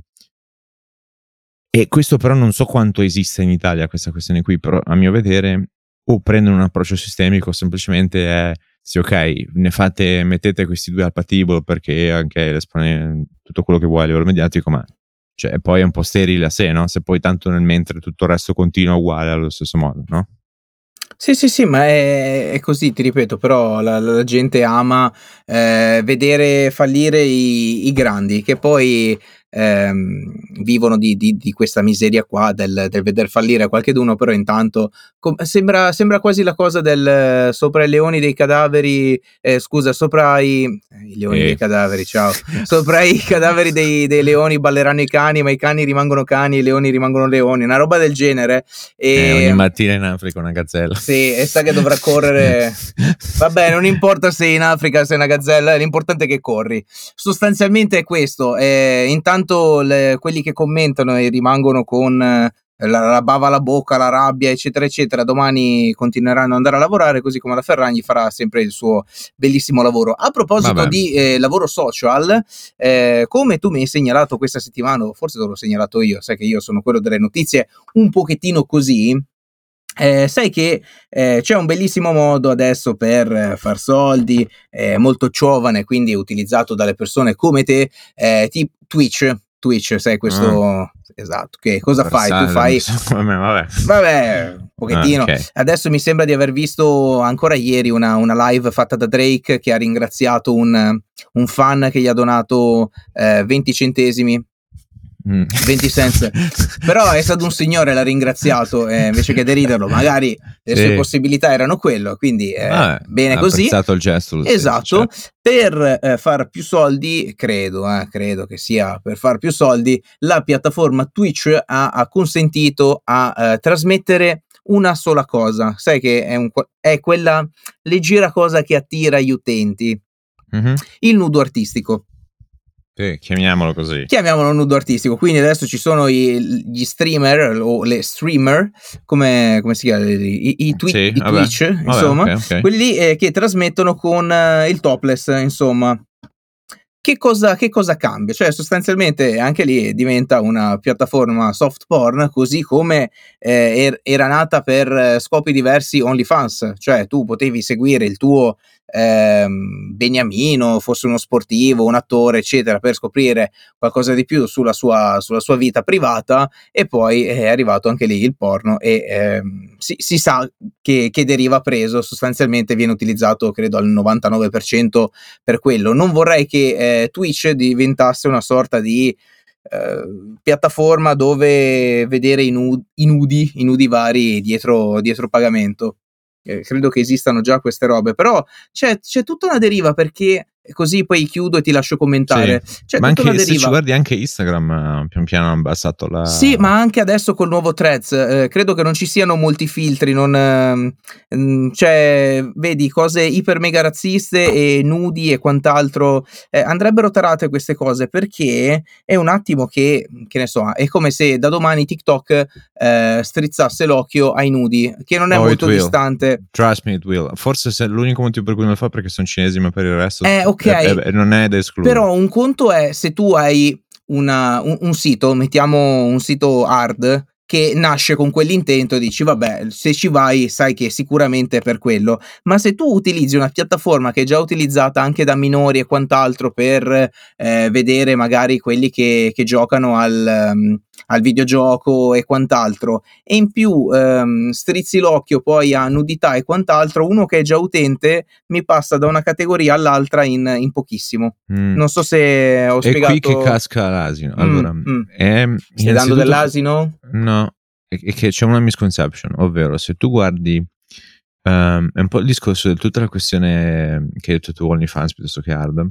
e questo però non so quanto esista in Italia questa questione qui, però a mio vedere o prendono un approccio sistemico, semplicemente è sì, ok, ne fate, mettete questi due al patibolo perché anche l'espone tutto quello che vuoi a livello mediatico, ma cioè, poi è un po' sterile a sé, no? Se poi tanto nel mentre tutto il resto continua uguale allo stesso modo, no? Sì, sì, sì, ma è, è così, ti ripeto, però la, la gente ama eh, vedere fallire i, i grandi, che poi ehm, vivono di, di, di questa miseria qua del, del veder fallire qualcheduno, però intanto com- sembra, sembra quasi la cosa del eh, sopra i leoni dei cadaveri, eh, scusa, sopra i, eh, i leoni E- dei cadaveri, ciao, sopra i cadaveri dei, dei leoni balleranno i cani, ma i cani rimangono cani, i leoni rimangono leoni, una roba del genere. eh, ogni E mattina in Africa una gazzella. sì, e sa che dovrà correre. Vabbè, non importa se in Africa sei una gazzella, l'importante è che corri. Sostanzialmente è questo. Eh, intanto le- quelli che commentano e rimangono con eh, la, la bava alla bocca, la rabbia, eccetera, eccetera, domani continueranno ad andare a lavorare, così come la Ferragni farà sempre il suo bellissimo lavoro. A proposito Vabbè. di eh, lavoro social, eh, come tu mi hai segnalato questa settimana, o forse te l'ho segnalato io, sai che io sono quello delle notizie un pochettino così. Eh, sai che eh, c'è un bellissimo modo adesso per eh, far soldi, eh, molto giovane, quindi utilizzato dalle persone come te, eh, tipo Twitch. Twitch, sai questo? Ah. Esatto. Che cosa fai? Tu Versale, fai. vabbè, vabbè. Vabbè, un pochettino. Ah, ok. Adesso mi sembra di aver visto ancora ieri una, una live fatta da Drake che ha ringraziato un, un fan che gli ha donato eh, venti centesimi. Mm. venti cents, però è stato un signore, l'ha ringraziato eh, invece che deriderlo, magari le Sì. sue possibilità erano quello, quindi eh, Vabbè, bene ha così. apprezzato il gesto, lo stesso, Esatto, certo. per eh, far più soldi, credo, eh, credo che sia per far più soldi, la piattaforma Twitch ha, ha consentito a eh, trasmettere una sola cosa, sai che è, un, è quella leggera cosa che attira gli utenti, Mhm. il nudo artistico. Sì, chiamiamolo così. Chiamiamolo nudo artistico. Quindi adesso ci sono i, gli streamer o le streamer, come, come si chiama? I, i, twi- Sì, i vabbè. Twitch, Vabbè, insomma, ok, ok. quelli lì eh, che trasmettono con eh, il topless, insomma. Che cosa, che cosa cambia? Cioè, sostanzialmente anche lì diventa una piattaforma soft porn, così come eh, er- era nata per eh, scopi diversi OnlyFans, cioè tu potevi seguire il tuo ehm, beniamino, fosse uno sportivo, un attore, eccetera, per scoprire qualcosa di più sulla sua, sulla sua vita privata, e poi è arrivato anche lì il porno e ehm, si, si sa che, che deriva preso, sostanzialmente viene utilizzato credo al novantanove per cento per quello. Non vorrei che eh, Twitch diventasse una sorta di eh, piattaforma dove vedere i, nud- i nudi, i nudi vari dietro, dietro pagamento. Eh, credo che esistano già queste robe, però c'è, c'è tutta una deriva, perché così poi chiudo e ti lascio commentare. Sì. C'è Ma tutta anche una se ci deriva. guardi anche Instagram eh, pian piano hanno abbassato la... Sì, ma anche adesso col nuovo Threads, eh, credo che non ci siano molti filtri, non, ehm, mm, cioè, vedi, cose iper mega razziste e nudi e quant'altro, eh, andrebbero tarate queste cose, perché è un attimo che, che ne so, è come se da domani TikTok eh, strizzasse l'occhio ai nudi, che non è Oh, it molto will. distante. Trust me, it will. Forse se l'unico motivo per cui non lo fa è perché sono cinesi, ma per il resto Eh, ok. è- è- non è da escludere. Però un conto è se tu hai una, un, un sito, mettiamo un sito hard, che nasce con quell'intento e dici vabbè, se ci vai sai che sicuramente è per quello, ma se tu utilizzi una piattaforma che è già utilizzata anche da minori e quant'altro per eh, vedere magari quelli che, che giocano al, um, al videogioco e quant'altro, e in più ehm, strizzi l'occhio poi a nudità e quant'altro, uno che è già utente mi passa da una categoria all'altra in, in pochissimo. Mm. Non so se ho È spiegato. qui che casca l'asino. Mm, Allora, mm. è Stai dando innanzitutto- dell'asino? No, è è che c'è una misconception, ovvero se tu guardi ehm, è un po' il discorso di tutta la questione che hai detto tu, OnlyFans piuttosto che hard.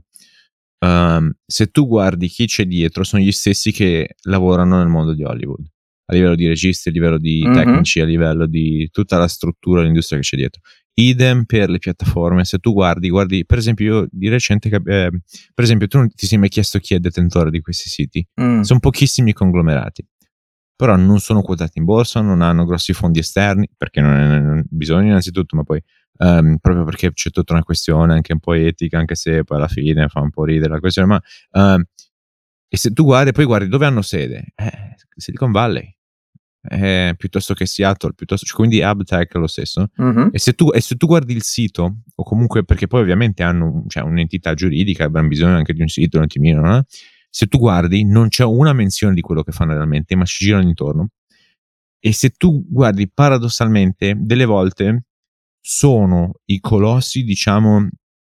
Ehm, se tu guardi chi c'è dietro, sono gli stessi che lavorano nel mondo di Hollywood, a livello di registi, a livello di Mhm. tecnici, a livello di tutta la struttura, l'industria che c'è dietro. Idem per le piattaforme. Se tu guardi, guardi, per esempio, io di recente, cap- eh, per esempio, tu non ti sei mai chiesto chi è detentore di questi siti? Mm. Sono pochissimi conglomerati, però non sono quotati in borsa, non hanno grossi fondi esterni, perché non, è, non bisogna innanzitutto, ma poi um, proprio perché c'è tutta una questione anche un po' etica, anche se poi alla fine fa un po' ridere la questione, ma um, e se tu guardi, poi guardi dove hanno sede, eh, Silicon Valley, eh, piuttosto che Seattle, piuttosto, quindi HubTech è lo stesso. Mm-hmm. E se tu, e se tu guardi il sito, o comunque perché poi ovviamente hanno, cioè, un'entità giuridica, avranno bisogno anche di un sito un attimino, no? Se tu guardi non c'è una menzione di quello che fanno realmente, ma ci girano intorno. E se tu guardi paradossalmente, delle volte sono i colossi, diciamo,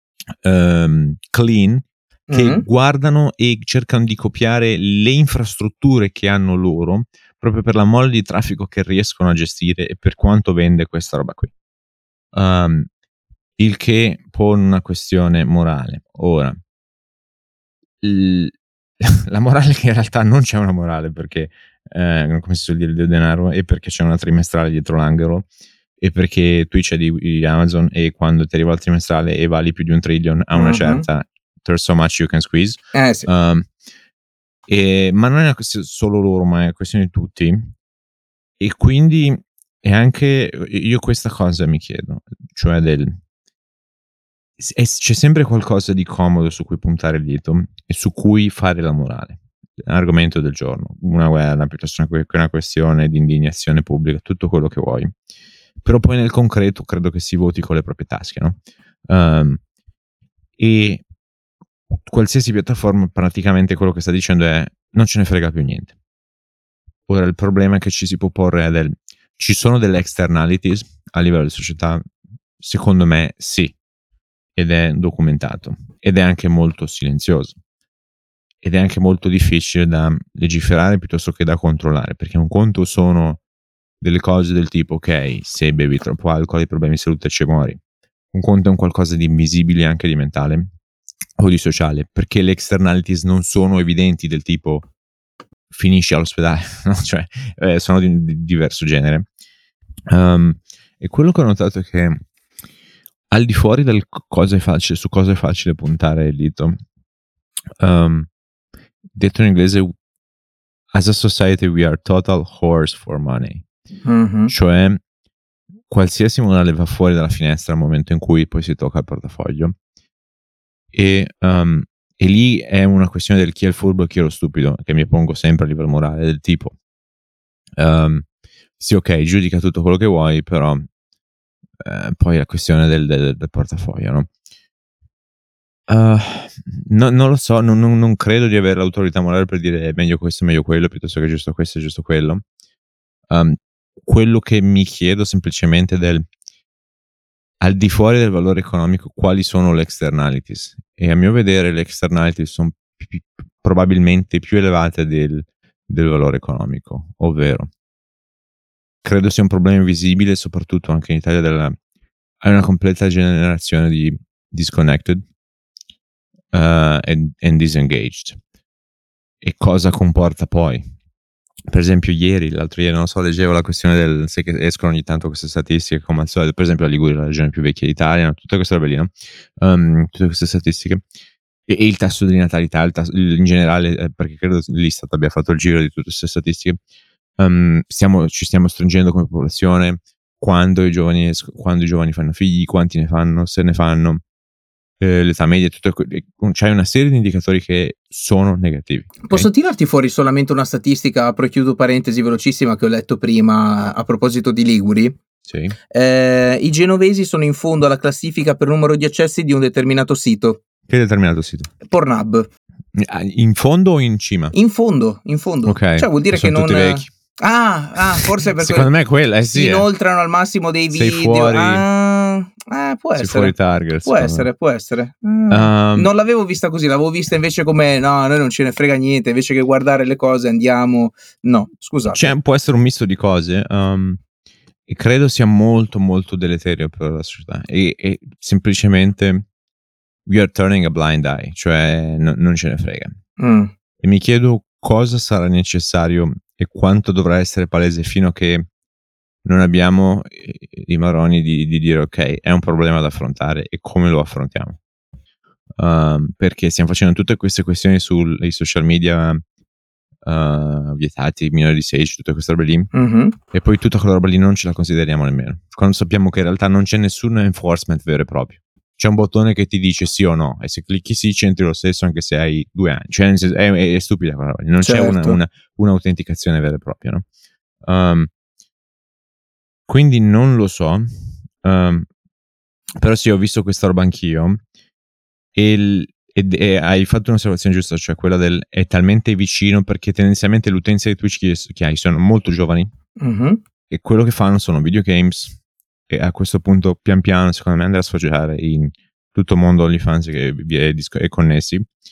um, clean, che Mm-hmm. guardano e cercano di copiare le infrastrutture che hanno loro, proprio per la mole di traffico che riescono a gestire e per quanto vende questa roba qui. Um, il che pone una questione morale. Ora, l- la morale che in realtà non c'è una morale, perché eh, come si suol dire, il denaro, e perché c'è una trimestrale dietro l'angolo, e perché Twitch è di, di Amazon, e quando ti arriva il trimestrale e vali più di un trillion a una Mhm. certa, there's so much you can squeeze. Eh sì. Um, e, ma non è una questione solo loro, ma è una questione di tutti. E quindi è anche, io questa cosa mi chiedo, cioè del è- c'è sempre qualcosa di comodo su cui puntare il dito e su cui fare la morale. Argomento del giorno, una guerra piuttosto che una questione di indignazione pubblica, tutto quello che vuoi. Però poi nel concreto credo che si voti con le proprie tasche, no? Um, e qualsiasi piattaforma praticamente quello che sta dicendo è non ce ne frega più niente. Ora il problema che ci si può porre è del ci sono delle externalities a livello di società? Secondo me sì, ed è documentato, ed è anche molto silenzioso, ed è anche molto difficile da legiferare piuttosto che da controllare, perché un conto sono delle cose del tipo ok, se bevi troppo alcol hai problemi di salute ci muori. Un conto è un qualcosa di invisibile anche di mentale o di sociale, perché le externalities non sono evidenti del tipo finisci all'ospedale, no? Cioè eh, sono di, di diverso genere. Um, e quello che ho notato è che al di fuori del cosa è facile, su cosa è facile puntare il dito, um, detto in inglese, as a society we are total whores for money. Mhm. Cioè qualsiasi morale va fuori dalla finestra al momento in cui poi si tocca il portafoglio, e, um, e lì è una questione del chi è il furbo e chi è lo stupido, che mi pongo sempre a livello morale, del tipo um, sì, ok, giudica tutto quello che vuoi, però eh, poi la questione del, del, del portafoglio, no? Uh, no, non lo so, non, non, non credo di avere l'autorità morale per dire è meglio questo, meglio quello, piuttosto che giusto questo, giusto quello. Um, quello che mi chiedo semplicemente è del al di fuori del valore economico quali sono le externalities, e a mio vedere le externalities sono pi- pi- probabilmente più elevate del, del valore economico, ovvero credo sia un problema invisibile, soprattutto anche in Italia, della hai una completa generazione di disconnected uh, and, and disengaged. E cosa comporta poi? Per esempio ieri, l'altro ieri, non so, leggevo la questione del, sai che escono ogni tanto queste statistiche, come al solito, per esempio la Liguria è la regione più vecchia d'Italia, tutte queste robe lì, no? Um, tutte queste statistiche. E, e il tasso di natalità, il tasso, in generale, eh, perché credo l'Istat abbia fatto il giro di tutte queste statistiche, um, stiamo, ci stiamo stringendo come popolazione, quando i giovani, quando i giovani fanno figli, quanti ne fanno, se ne fanno, eh, l'età media, tutto, c'è una serie di indicatori che sono negativi. Okay? Posso tirarti fuori solamente una statistica, apro e chiudo parentesi velocissima, che ho letto prima a proposito di Liguri? Sì. Eh, I genovesi sono in fondo alla classifica per numero di accessi di un determinato sito. Che determinato sito? Pornhub. In fondo o in cima? In fondo, in fondo. Ok. Cioè vuol dire sono che tutti non... vecchi. Ah, ah, forse per secondo que... me quella eh, si sì, inoltrano al massimo dei Sei video. fuori... Ah, eh, può Sei essere. fuori target. Può essere, me. può essere. Ah. Um, non l'avevo vista così, l'avevo vista invece come no, noi non ce ne frega niente, invece che guardare le cose andiamo. No, scusate. Cioè, può essere un misto di cose. Um, e credo sia molto, molto deleterio per la società. E, e semplicemente we are turning a blind eye, cioè no, non ce ne frega. Mm. E mi chiedo cosa sarà necessario e quanto dovrà essere palese fino a che non abbiamo i maroni di, di dire ok, è un problema da affrontare e come lo affrontiamo. Um, perché stiamo facendo tutte queste questioni sui social media uh, vietati, minori di sedici, tutte queste robe lì, mm-hmm. e poi tutta quella roba lì non ce la consideriamo nemmeno, quando sappiamo che in realtà non c'è nessun enforcement vero e proprio. C'è un bottone che ti dice sì o no, e se clicchi sì c'entri lo stesso anche se hai due anni, cioè è, è, è stupida quella roba, non certo. c'è una, una, un'autenticazione vera e propria, no? Um, quindi non lo so, um, però sì, ho visto questa roba anch'io, e, il, e, e hai fatto un'osservazione giusta, cioè quella del è talmente vicino, perché tendenzialmente l'utenza di Twitch che, che hai sono molto giovani, mm-hmm. e quello che fanno sono videogames, e a questo punto pian piano secondo me andrà a sfoggiare in tutto il mondo OnlyFans che è, è connessi,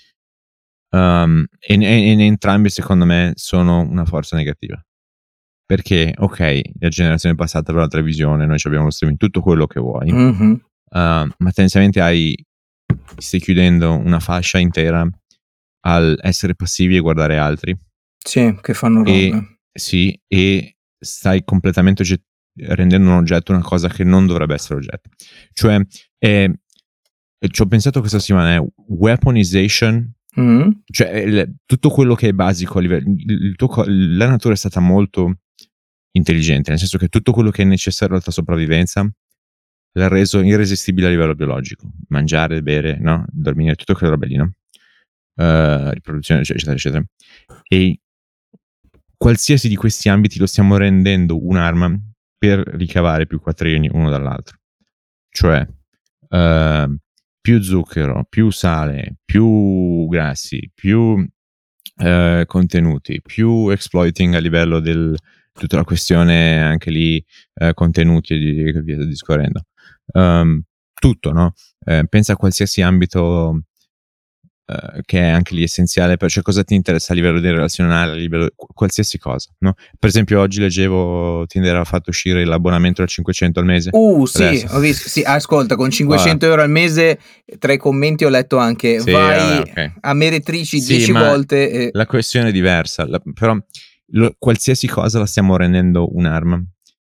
um, e, e, e entrambi secondo me sono una forza negativa, perché ok, la generazione passata per la televisione, noi abbiamo lo streaming, tutto quello che vuoi, mm-hmm. uh, ma tendenzialmente hai stai chiudendo una fascia intera al essere passivi e guardare altri, sì, che fanno e, robe, sì, e stai completamente ogget- rendendo un oggetto una cosa che non dovrebbe essere oggetto, cioè è, ci ho pensato questa settimana, è weaponization, mm-hmm. cioè il, tutto quello che è basico a livello, il, il tuo, la natura è stata molto intelligente, nel senso che tutto quello che è necessario alla tua sopravvivenza l'ha reso irresistibile a livello biologico, mangiare, bere, no? Dormire, tutto quello roba lì, no? Uh, riproduzione, eccetera, eccetera. E qualsiasi di questi ambiti lo stiamo rendendo un'arma per ricavare più quattrini uno dall'altro. Cioè, uh, più zucchero, più sale, più grassi, più uh, contenuti, più exploiting a livello del tutta la questione anche lì, uh, contenuti e via discorrendo. Um, tutto, no? Uh, pensa a qualsiasi ambito Uh, che è anche lì essenziale, per, cioè cosa ti interessa a livello di relazionale, a livello qualsiasi cosa, no? Per esempio oggi leggevo Tinder ha fatto uscire l'abbonamento da cinquecento al mese. Uh sì, Adesso. ho visto, sì, ascolta, con cinquecento euro al mese, tra i commenti ho letto anche sì, vai vabbè, okay. a meretrici sì, dieci volte e... la questione è diversa, la, però lo, qualsiasi cosa la stiamo rendendo un'arma,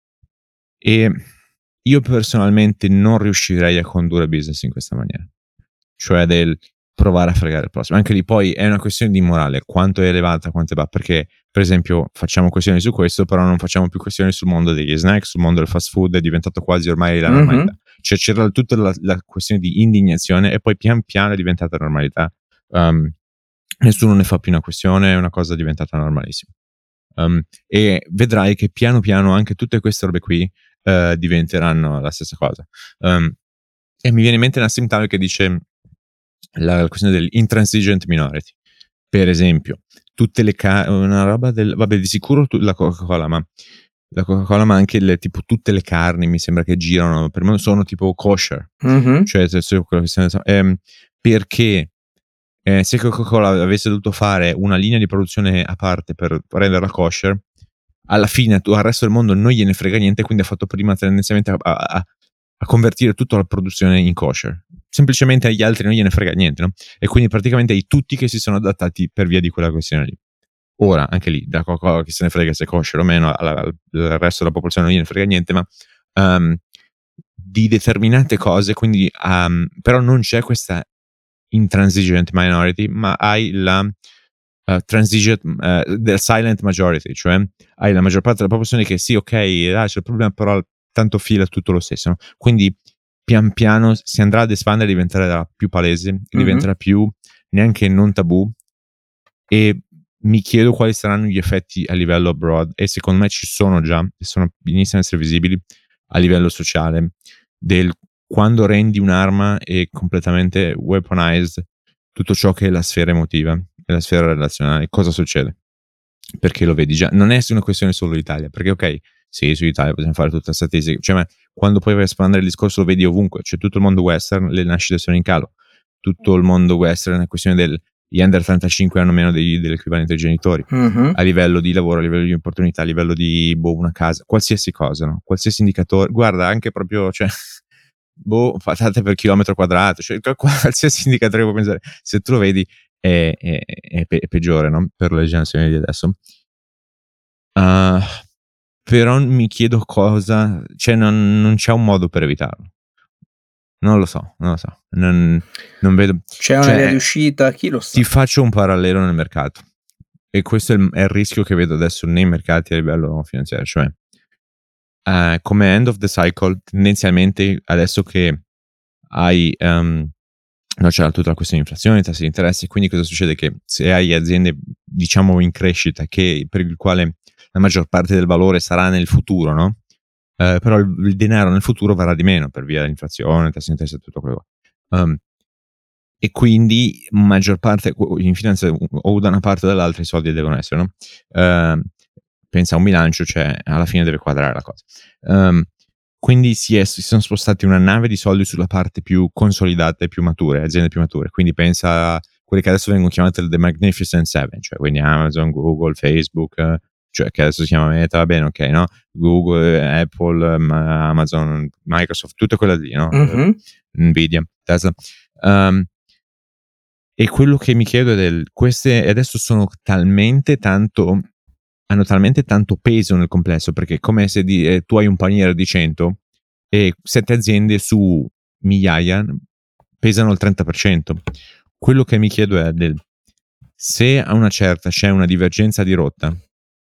e io personalmente non riuscirei a condurre business in questa maniera, cioè del provare a fregare il prossimo. Anche lì poi è una questione di morale, quanto è elevata, quanto è bassa, perché per esempio facciamo questioni su questo, però non facciamo più questioni sul mondo degli snack, sul mondo del fast food, è diventato quasi ormai la normalità. Mm-hmm. Cioè c'era tutta la, la questione di indignazione e poi pian piano è diventata normalità. Um, nessuno ne fa più una questione, è una cosa diventata normalissima. Um, e vedrai che piano piano anche tutte queste robe qui uh, diventeranno la stessa cosa. Um, e mi viene in mente Nassim Taleb che dice la, la questione dell'intransigent minority, per esempio tutte le ca- una roba del vabbè di sicuro tu, la Coca-Cola, ma la Coca-Cola ma anche le, tipo tutte le carni mi sembra che girano per me sono tipo kosher, mm-hmm. cioè se, se, se, ehm, perché eh, se Coca-Cola avesse dovuto fare una linea di produzione a parte per renderla kosher, alla fine tu, al resto del mondo non gliene frega niente, quindi ha fatto prima tendenzialmente a, a, a convertire tutta la produzione in kosher, semplicemente agli altri non gliene frega niente, no? E quindi praticamente hai tutti che si sono adattati per via di quella questione lì. Ora anche lì da Coca-Cola che se ne frega se è kosher o meno, al, al, al resto della popolazione non gliene frega niente, ma um, di determinate cose, quindi um, però non c'è questa intransigent minority, ma hai la uh, transigent uh, the silent majority, cioè hai la maggior parte della popolazione che sì, ok, ah, c'è il problema, però tanto fila tutto lo stesso, no? Quindi pian piano si andrà ad espandere, diventerà più palese, mm-hmm. diventerà più neanche non tabù, e mi chiedo quali saranno gli effetti a livello abroad, e secondo me ci sono già, e sono, iniziano a essere visibili a livello sociale, del quando rendi un'arma e completamente weaponized tutto ciò che è la sfera emotiva e la sfera relazionale, cosa succede? Perché lo vedi già, non è una questione solo d'Italia, perché ok, sì, su Italia possiamo fare tutta la statistica, cioè ma quando poi vai a espandere il discorso lo vedi ovunque, cioè tutto il mondo western, le nascite sono in calo, tutto il mondo western è una questione del gli under trentacinque hanno meno degli, dell'equivalente dei genitori, mm-hmm. a livello di lavoro, a livello di opportunità, a livello di boh, una casa, qualsiasi cosa, no? Qualsiasi indicatore, guarda anche proprio, cioè boh, patate per chilometro quadrato, cioè qualsiasi indicatore che puoi pensare, se tu lo vedi è, è, è, pe- è peggiore, no? Per le generazioni di adesso. Uh, però mi chiedo cosa, cioè non, non c'è un modo per evitarlo. Non lo so, non lo so, non, non vedo. C'è una cioè, via di uscita, chi lo sa? Ti faccio un parallelo nel mercato. e questo è il, è il rischio che vedo adesso nei mercati a livello finanziario, cioè uh, come end of the cycle tendenzialmente adesso che hai um, no, c'è tutta la questione di inflazione, tassi di interesse, quindi cosa succede? Che se hai aziende diciamo in crescita che per il quale la maggior parte del valore sarà nel futuro, no? Uh, però il, il denaro nel futuro varrà di meno per via dell'inflazione, tassi di interesse e tutto quello. Um, e quindi maggior parte in finanza o da una parte o dall'altra i soldi devono essere, no? Uh, pensa a un bilancio, cioè alla fine deve quadrare la cosa. Um, quindi si, è, si sono spostati una nave di soldi sulla parte più consolidata e più mature, aziende più mature. Quindi pensa a quelle che adesso vengono chiamate The Magnificent Seven, cioè quindi Amazon, Google, Facebook, cioè che adesso si chiama Meta, va bene, ok, no? Google, Apple, Amazon, Microsoft, tutte quelle lì, no? Mm-hmm. Nvidia, Tesla. Um, e quello che mi chiedo è del, queste adesso sono talmente tanto, hanno talmente tanto peso nel complesso, perché è come se di, eh, tu hai un paniere di cento e sette aziende su migliaia pesano il trenta per cento. Quello che mi chiedo è del, se a una certa c'è una divergenza di rotta,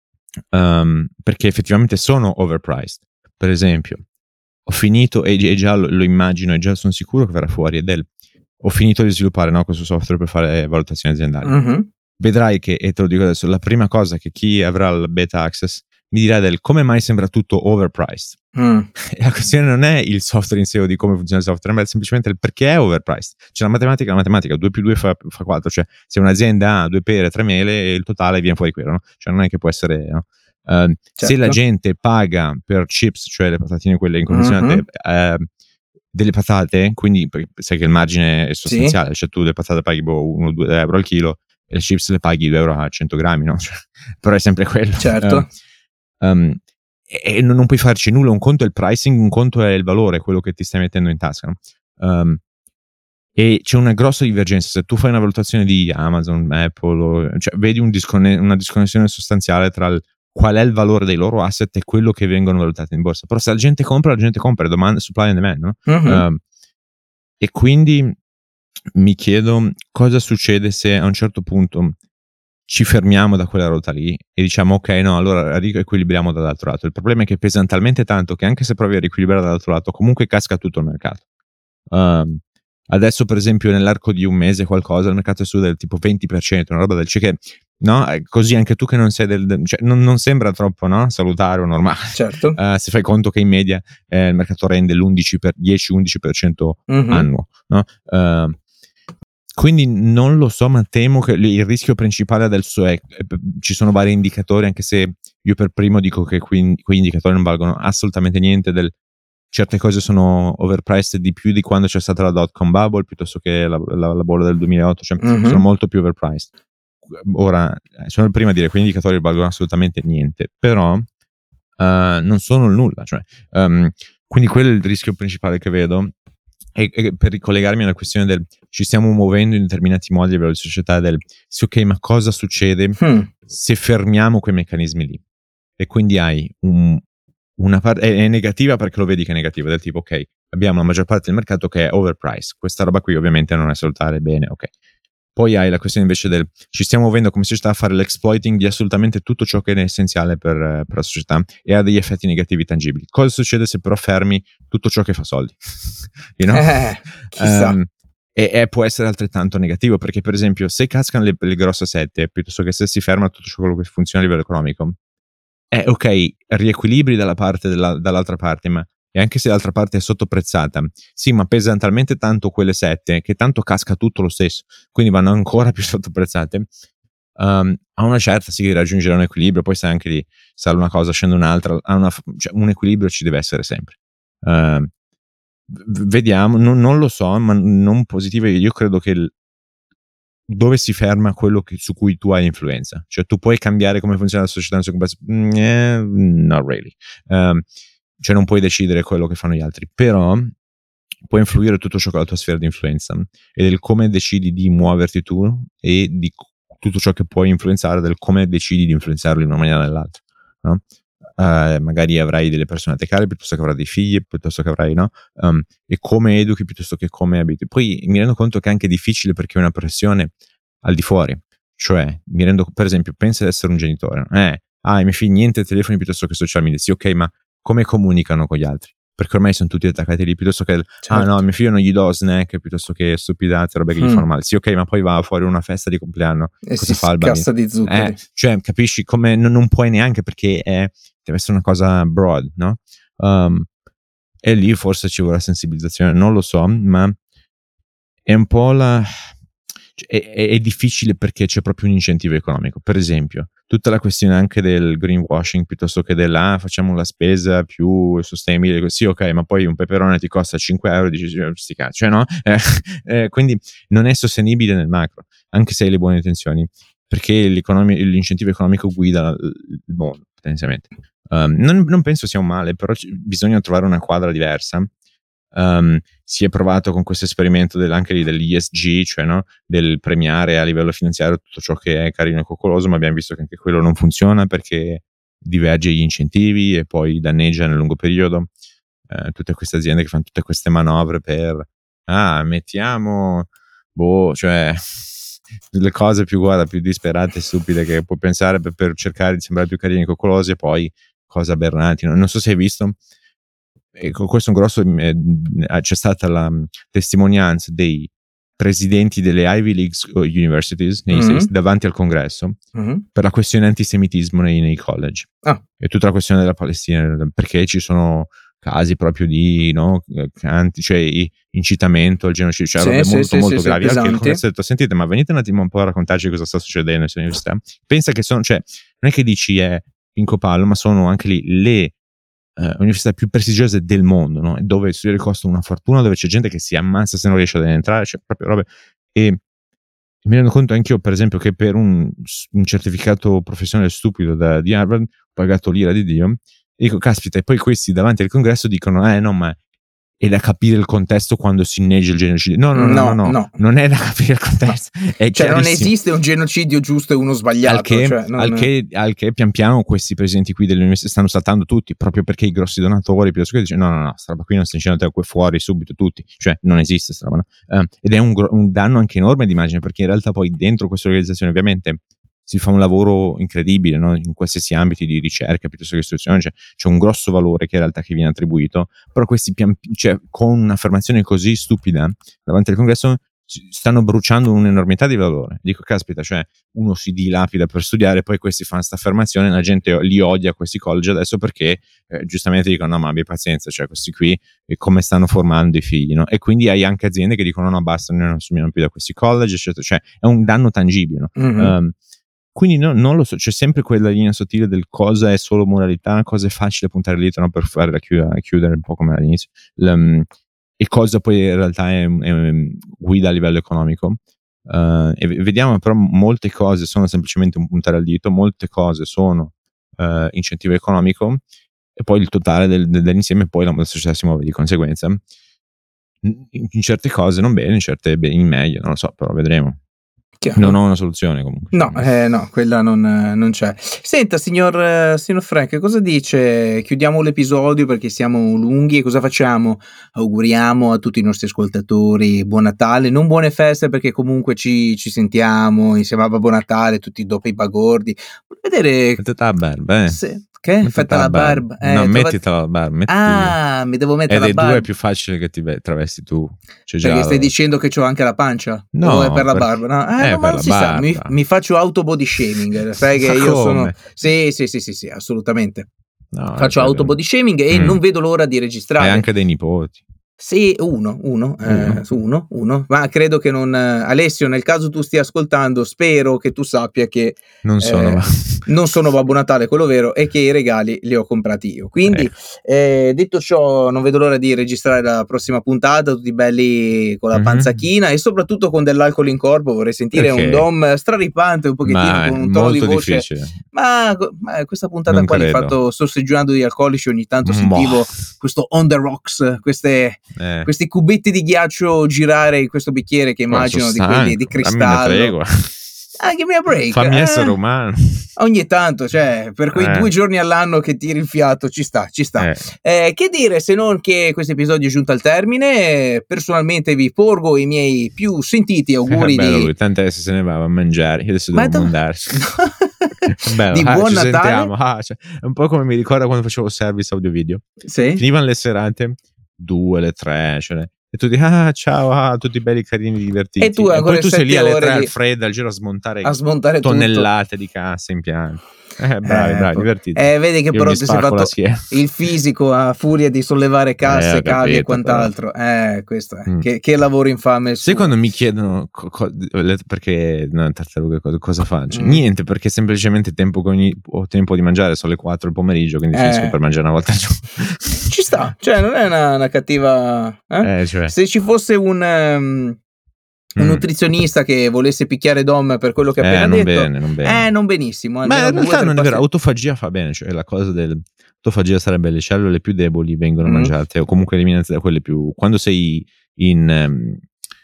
um, perché effettivamente sono overpriced. Per esempio, ho finito e, e già lo, lo immagino e già sono sicuro che verrà fuori, è del, ho finito di sviluppare, no, questo software per fare valutazioni aziendali. Mm-hmm. Vedrai che, e te lo dico adesso, la prima cosa che chi avrà il beta access mi dirà del come mai sembra tutto overpriced. Mm. E la questione non è il software in sé o di come funziona il software, ma è semplicemente il perché è overpriced. C'è la matematica, la matematica, due più due fa, fa quattro, cioè se un'azienda ha due pere, tre mele, il totale viene fuori quello, no? Cioè non è che può essere, no? Uh, certo. Se la gente paga per chips, cioè le patatine quelle incondizionate, mm-hmm. uh, delle patate, quindi sai che il margine è sostanziale, sì. Cioè tu le patate paghi uno o due euro al chilo e le chips le paghi due euro a cento grammi, no? Cioè, però è sempre quello. Certo. Uh, um, e, e non puoi farci nulla, un conto è il pricing, un conto è il valore, quello che ti stai mettendo in tasca, no? Um, e c'è una grossa divergenza, se tu fai una valutazione di Amazon, Apple, o, cioè vedi un disconne- una disconnessione sostanziale tra il qual è il valore dei loro asset e quello che vengono valutati in borsa. Però se la gente compra, la gente compra, domanda, supply and demand, no? Mm-hmm. Um, e quindi mi chiedo cosa succede se a un certo punto ci fermiamo da quella rotta lì e diciamo ok, no, allora riequilibriamo dall'altro lato. Il problema è che pesano talmente tanto che anche se provi a riequilibrare dall'altro lato comunque casca tutto il mercato. Um, adesso per esempio nell'arco di un mese qualcosa il mercato è su del tipo venti per cento, una roba del cioè che no, così anche tu che non sei del, cioè non, non sembra troppo, no, salutare o normale. Certo. Uh, se fai conto che in media eh, il mercato rende l'undici per dieci undici per cento mm-hmm. annuo, no? Uh, quindi non lo so, ma temo che il rischio principale adesso è, ci sono vari indicatori, anche se io per primo dico che quei, quei indicatori non valgono assolutamente niente, del, certe cose sono overpriced di più di quando c'è stata la dot-com bubble piuttosto che la, la, la bolla del duemilaotto, cioè mm-hmm. sono molto più overpriced. Ora, sono il primo a dire che quei indicatori valgono assolutamente niente, però uh, non sono il nulla, cioè, um, quindi quello è il rischio principale che vedo. E, e per ricollegarmi alla questione del ci stiamo muovendo in determinati modi a livello di società del sì, ok, ma cosa succede hmm. se fermiamo quei meccanismi lì? E quindi hai un, una parte è, è negativa perché lo vedi che è negativa, del tipo ok, abbiamo la maggior parte del mercato che è overpriced, questa roba qui ovviamente non è salutare, bene, ok. Poi hai la questione invece del ci stiamo muovendo come società a fare l'exploiting di assolutamente tutto ciò che è essenziale per, per la società e ha degli effetti negativi tangibili. Cosa succede se però fermi tutto ciò che fa soldi? You know? Eh, chissà. Um, e, e può essere altrettanto negativo perché per esempio se cascano le, le grosse sette piuttosto che se si ferma tutto ciò quello che funziona a livello economico, è ok, riequilibri dalla parte della, dall'altra parte, ma e anche se l'altra parte è sottoprezzata, sì, ma pesano talmente tanto quelle sette che tanto casca tutto lo stesso, quindi vanno ancora più sottoprezzate. Um, a una certa si raggiungerà un equilibrio, poi sai anche lì, sale una cosa, scende un'altra, una, cioè un equilibrio ci deve essere sempre. Uh, vediamo, non, non lo so, ma non positive, io credo che il, dove si ferma quello che, su cui tu hai influenza, cioè tu puoi cambiare come funziona la società nel suo complesso, eh, not really. Um, cioè non puoi decidere quello che fanno gli altri, però puoi influire tutto ciò che è la tua sfera di influenza e del come decidi di muoverti tu e di tutto ciò che puoi influenzare, del come decidi di influenzarlo in una maniera o nell'altra, no? Uh, magari avrai delle persone a te care piuttosto che avrai dei figli, piuttosto che avrai, no? Um, e come educhi piuttosto che come abiti. Poi mi rendo conto che è anche difficile perché è una pressione al di fuori, Cioè, mi rendo, per esempio, pensa ad essere un genitore, eh, ah, i miei figli niente telefoni piuttosto che social media, sì, ok, ma come comunicano con gli altri? Perché ormai sono tutti attaccati lì, piuttosto che, certo. ah no, a mio figlio non gli do snack, piuttosto che stupidate, robe che mm. gli fanno male, sì, ok, ma poi va fuori una festa di compleanno, e cosa si fa il bambino? Cassa di zuccheri. Eh, cioè, capisci come non, non puoi neanche, perché è, deve essere una cosa broad, no? Um, e lì forse ci vuole sensibilizzazione, non lo so, ma è un po' la... È, è, è difficile perché c'è proprio un incentivo economico. Per esempio, tutta la questione anche del greenwashing, piuttosto che della ah, facciamo la spesa più sostenibile, sì, ok, ma poi un peperone ti costa cinque euro, dici, sti cazzi, cioè no? Eh, eh, quindi non è sostenibile nel macro, anche se hai le buone intenzioni, perché l'incentivo economico guida il mondo, potenzialmente. Um, non, non penso sia un male, però c- bisogna trovare una quadra diversa. Um, si è provato con questo esperimento del, anche lì dell'E S G, cioè no, del premiare a livello finanziario tutto ciò che è carino e coccoloso, ma abbiamo visto che anche quello non funziona perché diverge gli incentivi e poi danneggia nel lungo periodo. Uh, tutte queste aziende che fanno tutte queste manovre per ah, mettiamo boh, cioè le cose più, guarda, più disperate e stupide che puoi pensare per, per cercare di sembrare più carini e coccolosi, e poi cose aberranti. Non, non so se hai visto, e con questo è un grosso, eh, c'è stata la testimonianza dei presidenti delle Ivy League Universities negli mm-hmm. States davanti al congresso mm-hmm. per la questione antisemitismo nei, nei college ah. e tutta la questione della Palestina, perché ci sono casi proprio di no, canti, cioè incitamento al genocidio, cioè sì, robe sì, molto sì, molto sì, gravi. Anche il congresso ha detto, sentite, ma venite un attimo un po' a raccontarci cosa sta succedendo nelle università. Pensa che sono, cioè non è che dici è Pinco Pallo, ma sono anche lì le Uh, università più prestigiose del mondo, no? Dove studiare costa una fortuna, dove c'è gente che si ammazza se non riesce ad entrare, cioè proprio robe. E mi rendo conto anch'io, per esempio, che per un, un certificato professionale stupido da, di Harvard ho pagato l'ira di Dio, e dico caspita, e poi questi davanti al congresso dicono eh no, ma è da capire il contesto quando si inneggia il genocidio. No no no, no, no, no. non è da capire il contesto. È cioè non esiste un genocidio giusto e uno sbagliato. Al che, cioè, non... al, che, al che pian piano questi presidenti qui delle università stanno saltando tutti, proprio perché i grossi donatori piuttosto che dicono no no no, sta roba qui non sta dicendo te fuori subito tutti, cioè non esiste sta roba, no? um, ed è un, un danno anche enorme di immagine, perché in realtà poi dentro queste organizzazioni ovviamente si fa un lavoro incredibile, no? In qualsiasi ambiti di ricerca piuttosto che istruzione, cioè, c'è un grosso valore che in realtà che viene attribuito, però questi pian, cioè, con un'affermazione così stupida davanti al congresso stanno bruciando un'enormità di valore. Dico caspita, cioè uno si dilapida per studiare, poi questi fanno questa affermazione, la gente li odia questi college adesso perché eh, giustamente dicono no ma abbi pazienza, cioè questi qui eh, come stanno formando i figli, no? E quindi hai anche aziende che dicono no basta, noi non assumiamo più da questi college, eccetera. Cioè è un danno tangibile, no? Mm-hmm. Um, quindi no, non lo so, c'è sempre quella linea sottile del cosa è solo moralità, cosa è facile puntare il dito, no, per fare la chiudere, chiudere un po' come all'inizio, L, e cosa poi in realtà è, è guida a livello economico. Uh, e vediamo però molte cose sono semplicemente un puntare al dito, molte cose sono uh, incentivo economico, e poi il totale del, del, dell'insieme, poi la società si muove di conseguenza. In, in certe cose non bene, in certe bene, in meglio, non lo so, però vedremo. Chiaro. Non ho una soluzione comunque. No, eh, no, quella non, non c'è. Senta, signor, signor Frank, cosa dice? Chiudiamo l'episodio perché siamo lunghi e cosa facciamo? Auguriamo a tutti i nostri ascoltatori buon Natale, non buone feste perché comunque ci, ci sentiamo insieme a Babbo Natale, tutti dopo i bagordi. Vedere... Mettete la barba, eh. Se... Che? Fetta la barba. barba. Eh, no, mettitela la barba. Metti... Ah, mi devo mettere la barba. Ed è due è più facile che ti travesti tu. C'è perché già stai la... dicendo che c'ho anche la pancia? No, o è per la per... barba? No, eh, eh, no, ma non si sa. Mi, mi faccio auto body shaming. Sai che io sono. Sì, sì, sì, sì, sì, assolutamente. No, faccio auto body shaming e mm. non vedo l'ora di registrare. E anche dei nipoti. Sì, uno, uno, uno. Eh, uno, uno, ma credo che non... Alessio, nel caso tu stia ascoltando, spero che tu sappia che non sono, eh, non sono Babbo Natale, quello vero, e che i regali li ho comprati io. Quindi, eh. Eh, detto ciò, non vedo l'ora di registrare la prossima puntata, tutti belli con la mm-hmm. panza china e soprattutto con dell'alcol in corpo. Vorrei sentire Perché? un dom straripante, un pochettino, ma con un tono di voce. Difficile. Ma, ma questa puntata non qua credo. l'ho fatto sorseggiando di alcolici, ogni tanto sentivo Mo. questo on the rocks, queste... Eh. questi cubetti di ghiaccio girare in questo bicchiere che immagino di quelli di cristallo. Ah, give me a break. Fammi eh, essere umano. Ogni tanto, cioè, per quei Eh. due giorni all'anno che tiri il fiato, ci sta, ci sta. Eh. Eh, che dire se non che questo episodio è giunto al termine. Personalmente vi porgo i miei più sentiti auguri Eh, bello di... lui, tanto adesso se ne va a mangiare, io adesso Ma devo do- andare. Bello, di ah, buon ci Natale. sentiamo. Ah, cioè, è un po' come mi ricorda quando facevo service audio video. Sì? Finivano le serate, due, le tre, cioè, e tu dici, ah, ciao, ah, tutti belli, carini, divertiti. E tu ancora poi tu sei lì sette alle ore tre lì al freddo, al giro a smontare, a smontare tonnellate di cassa in piano. Eh, bravi, Eh, bravi, po- divertiti. eh, vedi che Io però mi ti sei spacco la fatto schiena. il fisico a furia di sollevare casse, Eh, ho cavi e capito, quant'altro. Eh, questo è. Mm. Che, che lavoro infame il Sai suo. quando mi chiedono co- co- le- perché no, tartarughe cosa, cosa faccio? Mm. Niente, perché semplicemente tempo che ogni, ho tempo di mangiare sono le quattro del pomeriggio, quindi Eh. finisco per mangiare una volta al giorno. Ci sta, cioè non è una, una cattiva... eh? Eh, cioè, Se ci fosse un, um, un mm. nutrizionista che volesse picchiare Dom per quello che ha Eh, appena non detto, bene, non bene. eh, non benissimo. Ma almeno in due, realtà tre non è vero, pasti- autofagia fa bene, cioè la cosa del autofagia sarebbe le cellule più deboli vengono Mm. mangiate o comunque eliminate da quelle più quando sei in ehm,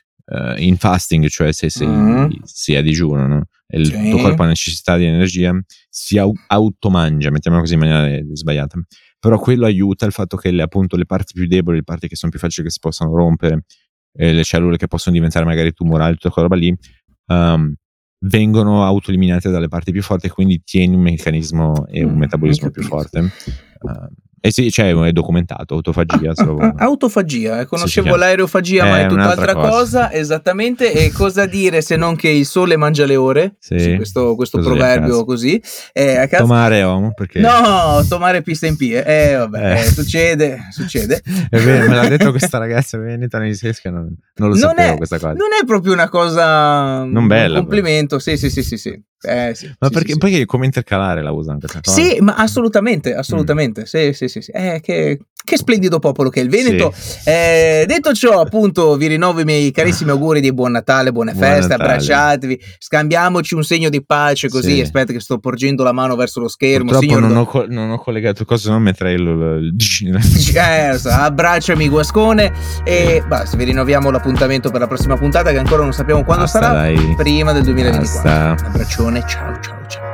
eh, in fasting, cioè se sei, Mm. sei a digiuno, no? E il Sì. tuo corpo ha necessità di energia, si au- automangia, mettiamola così in maniera sbagliata. Però quello aiuta il fatto che le, appunto le parti più deboli, le parti che sono più facili che si possano rompere, eh, le cellule che possono diventare magari tumorali, tutta quella roba lì, um, vengono autoeliminate dalle parti più forti e quindi tieni un meccanismo e un Mm, metabolismo più capisco. forte. Uh, e sì, cioè, è documentato, autofagia. Ah, solo- ah, autofagia, eh, conoscevo chiama. l'aerofagia, È ma è un'altra tutt'altra cosa. cosa. Esattamente. E cosa dire se non che il sole mangia le ore? Sì. Sì, questo, questo Così, a proverbio caso. così. Eh, a caso- Tomare uomo, perché No, tomare pista in pie. Eh, vabbè, Eh. eh, succede, succede. è vero, me l'ha detto questa ragazza veneta nei Sesca, non, non lo Non sapevo è, questa cosa. non è proprio una cosa, Non un bella, complimento. Sì, sì, sì, sì, sì. Eh, sì, Ma sì, perché sì, poi che- come intercalare la usano questa cosa? sì, ma assolutamente, assolutamente. Sì, sì, sì, sì. Eh, che, che splendido popolo che è il Veneto. Sì. Eh, detto ciò, appunto, vi rinnovo i miei carissimi auguri di buon Natale, buone Buon feste, Natale. abbracciatevi, scambiamoci un segno di pace così. Sì. Aspetta che sto porgendo la mano verso lo schermo. Purtroppo signor non Do- ho, co- non ho collegato cosa, non metterei il, il, il- Eh, so, abbracciami Guascone e basta, vi rinnoviamo l'appuntamento per la prossima puntata che ancora non sappiamo quando Basta, sarà, dai. prima del duemilaventiquattro. Basta. Un abbraccione, ciao ciao ciao.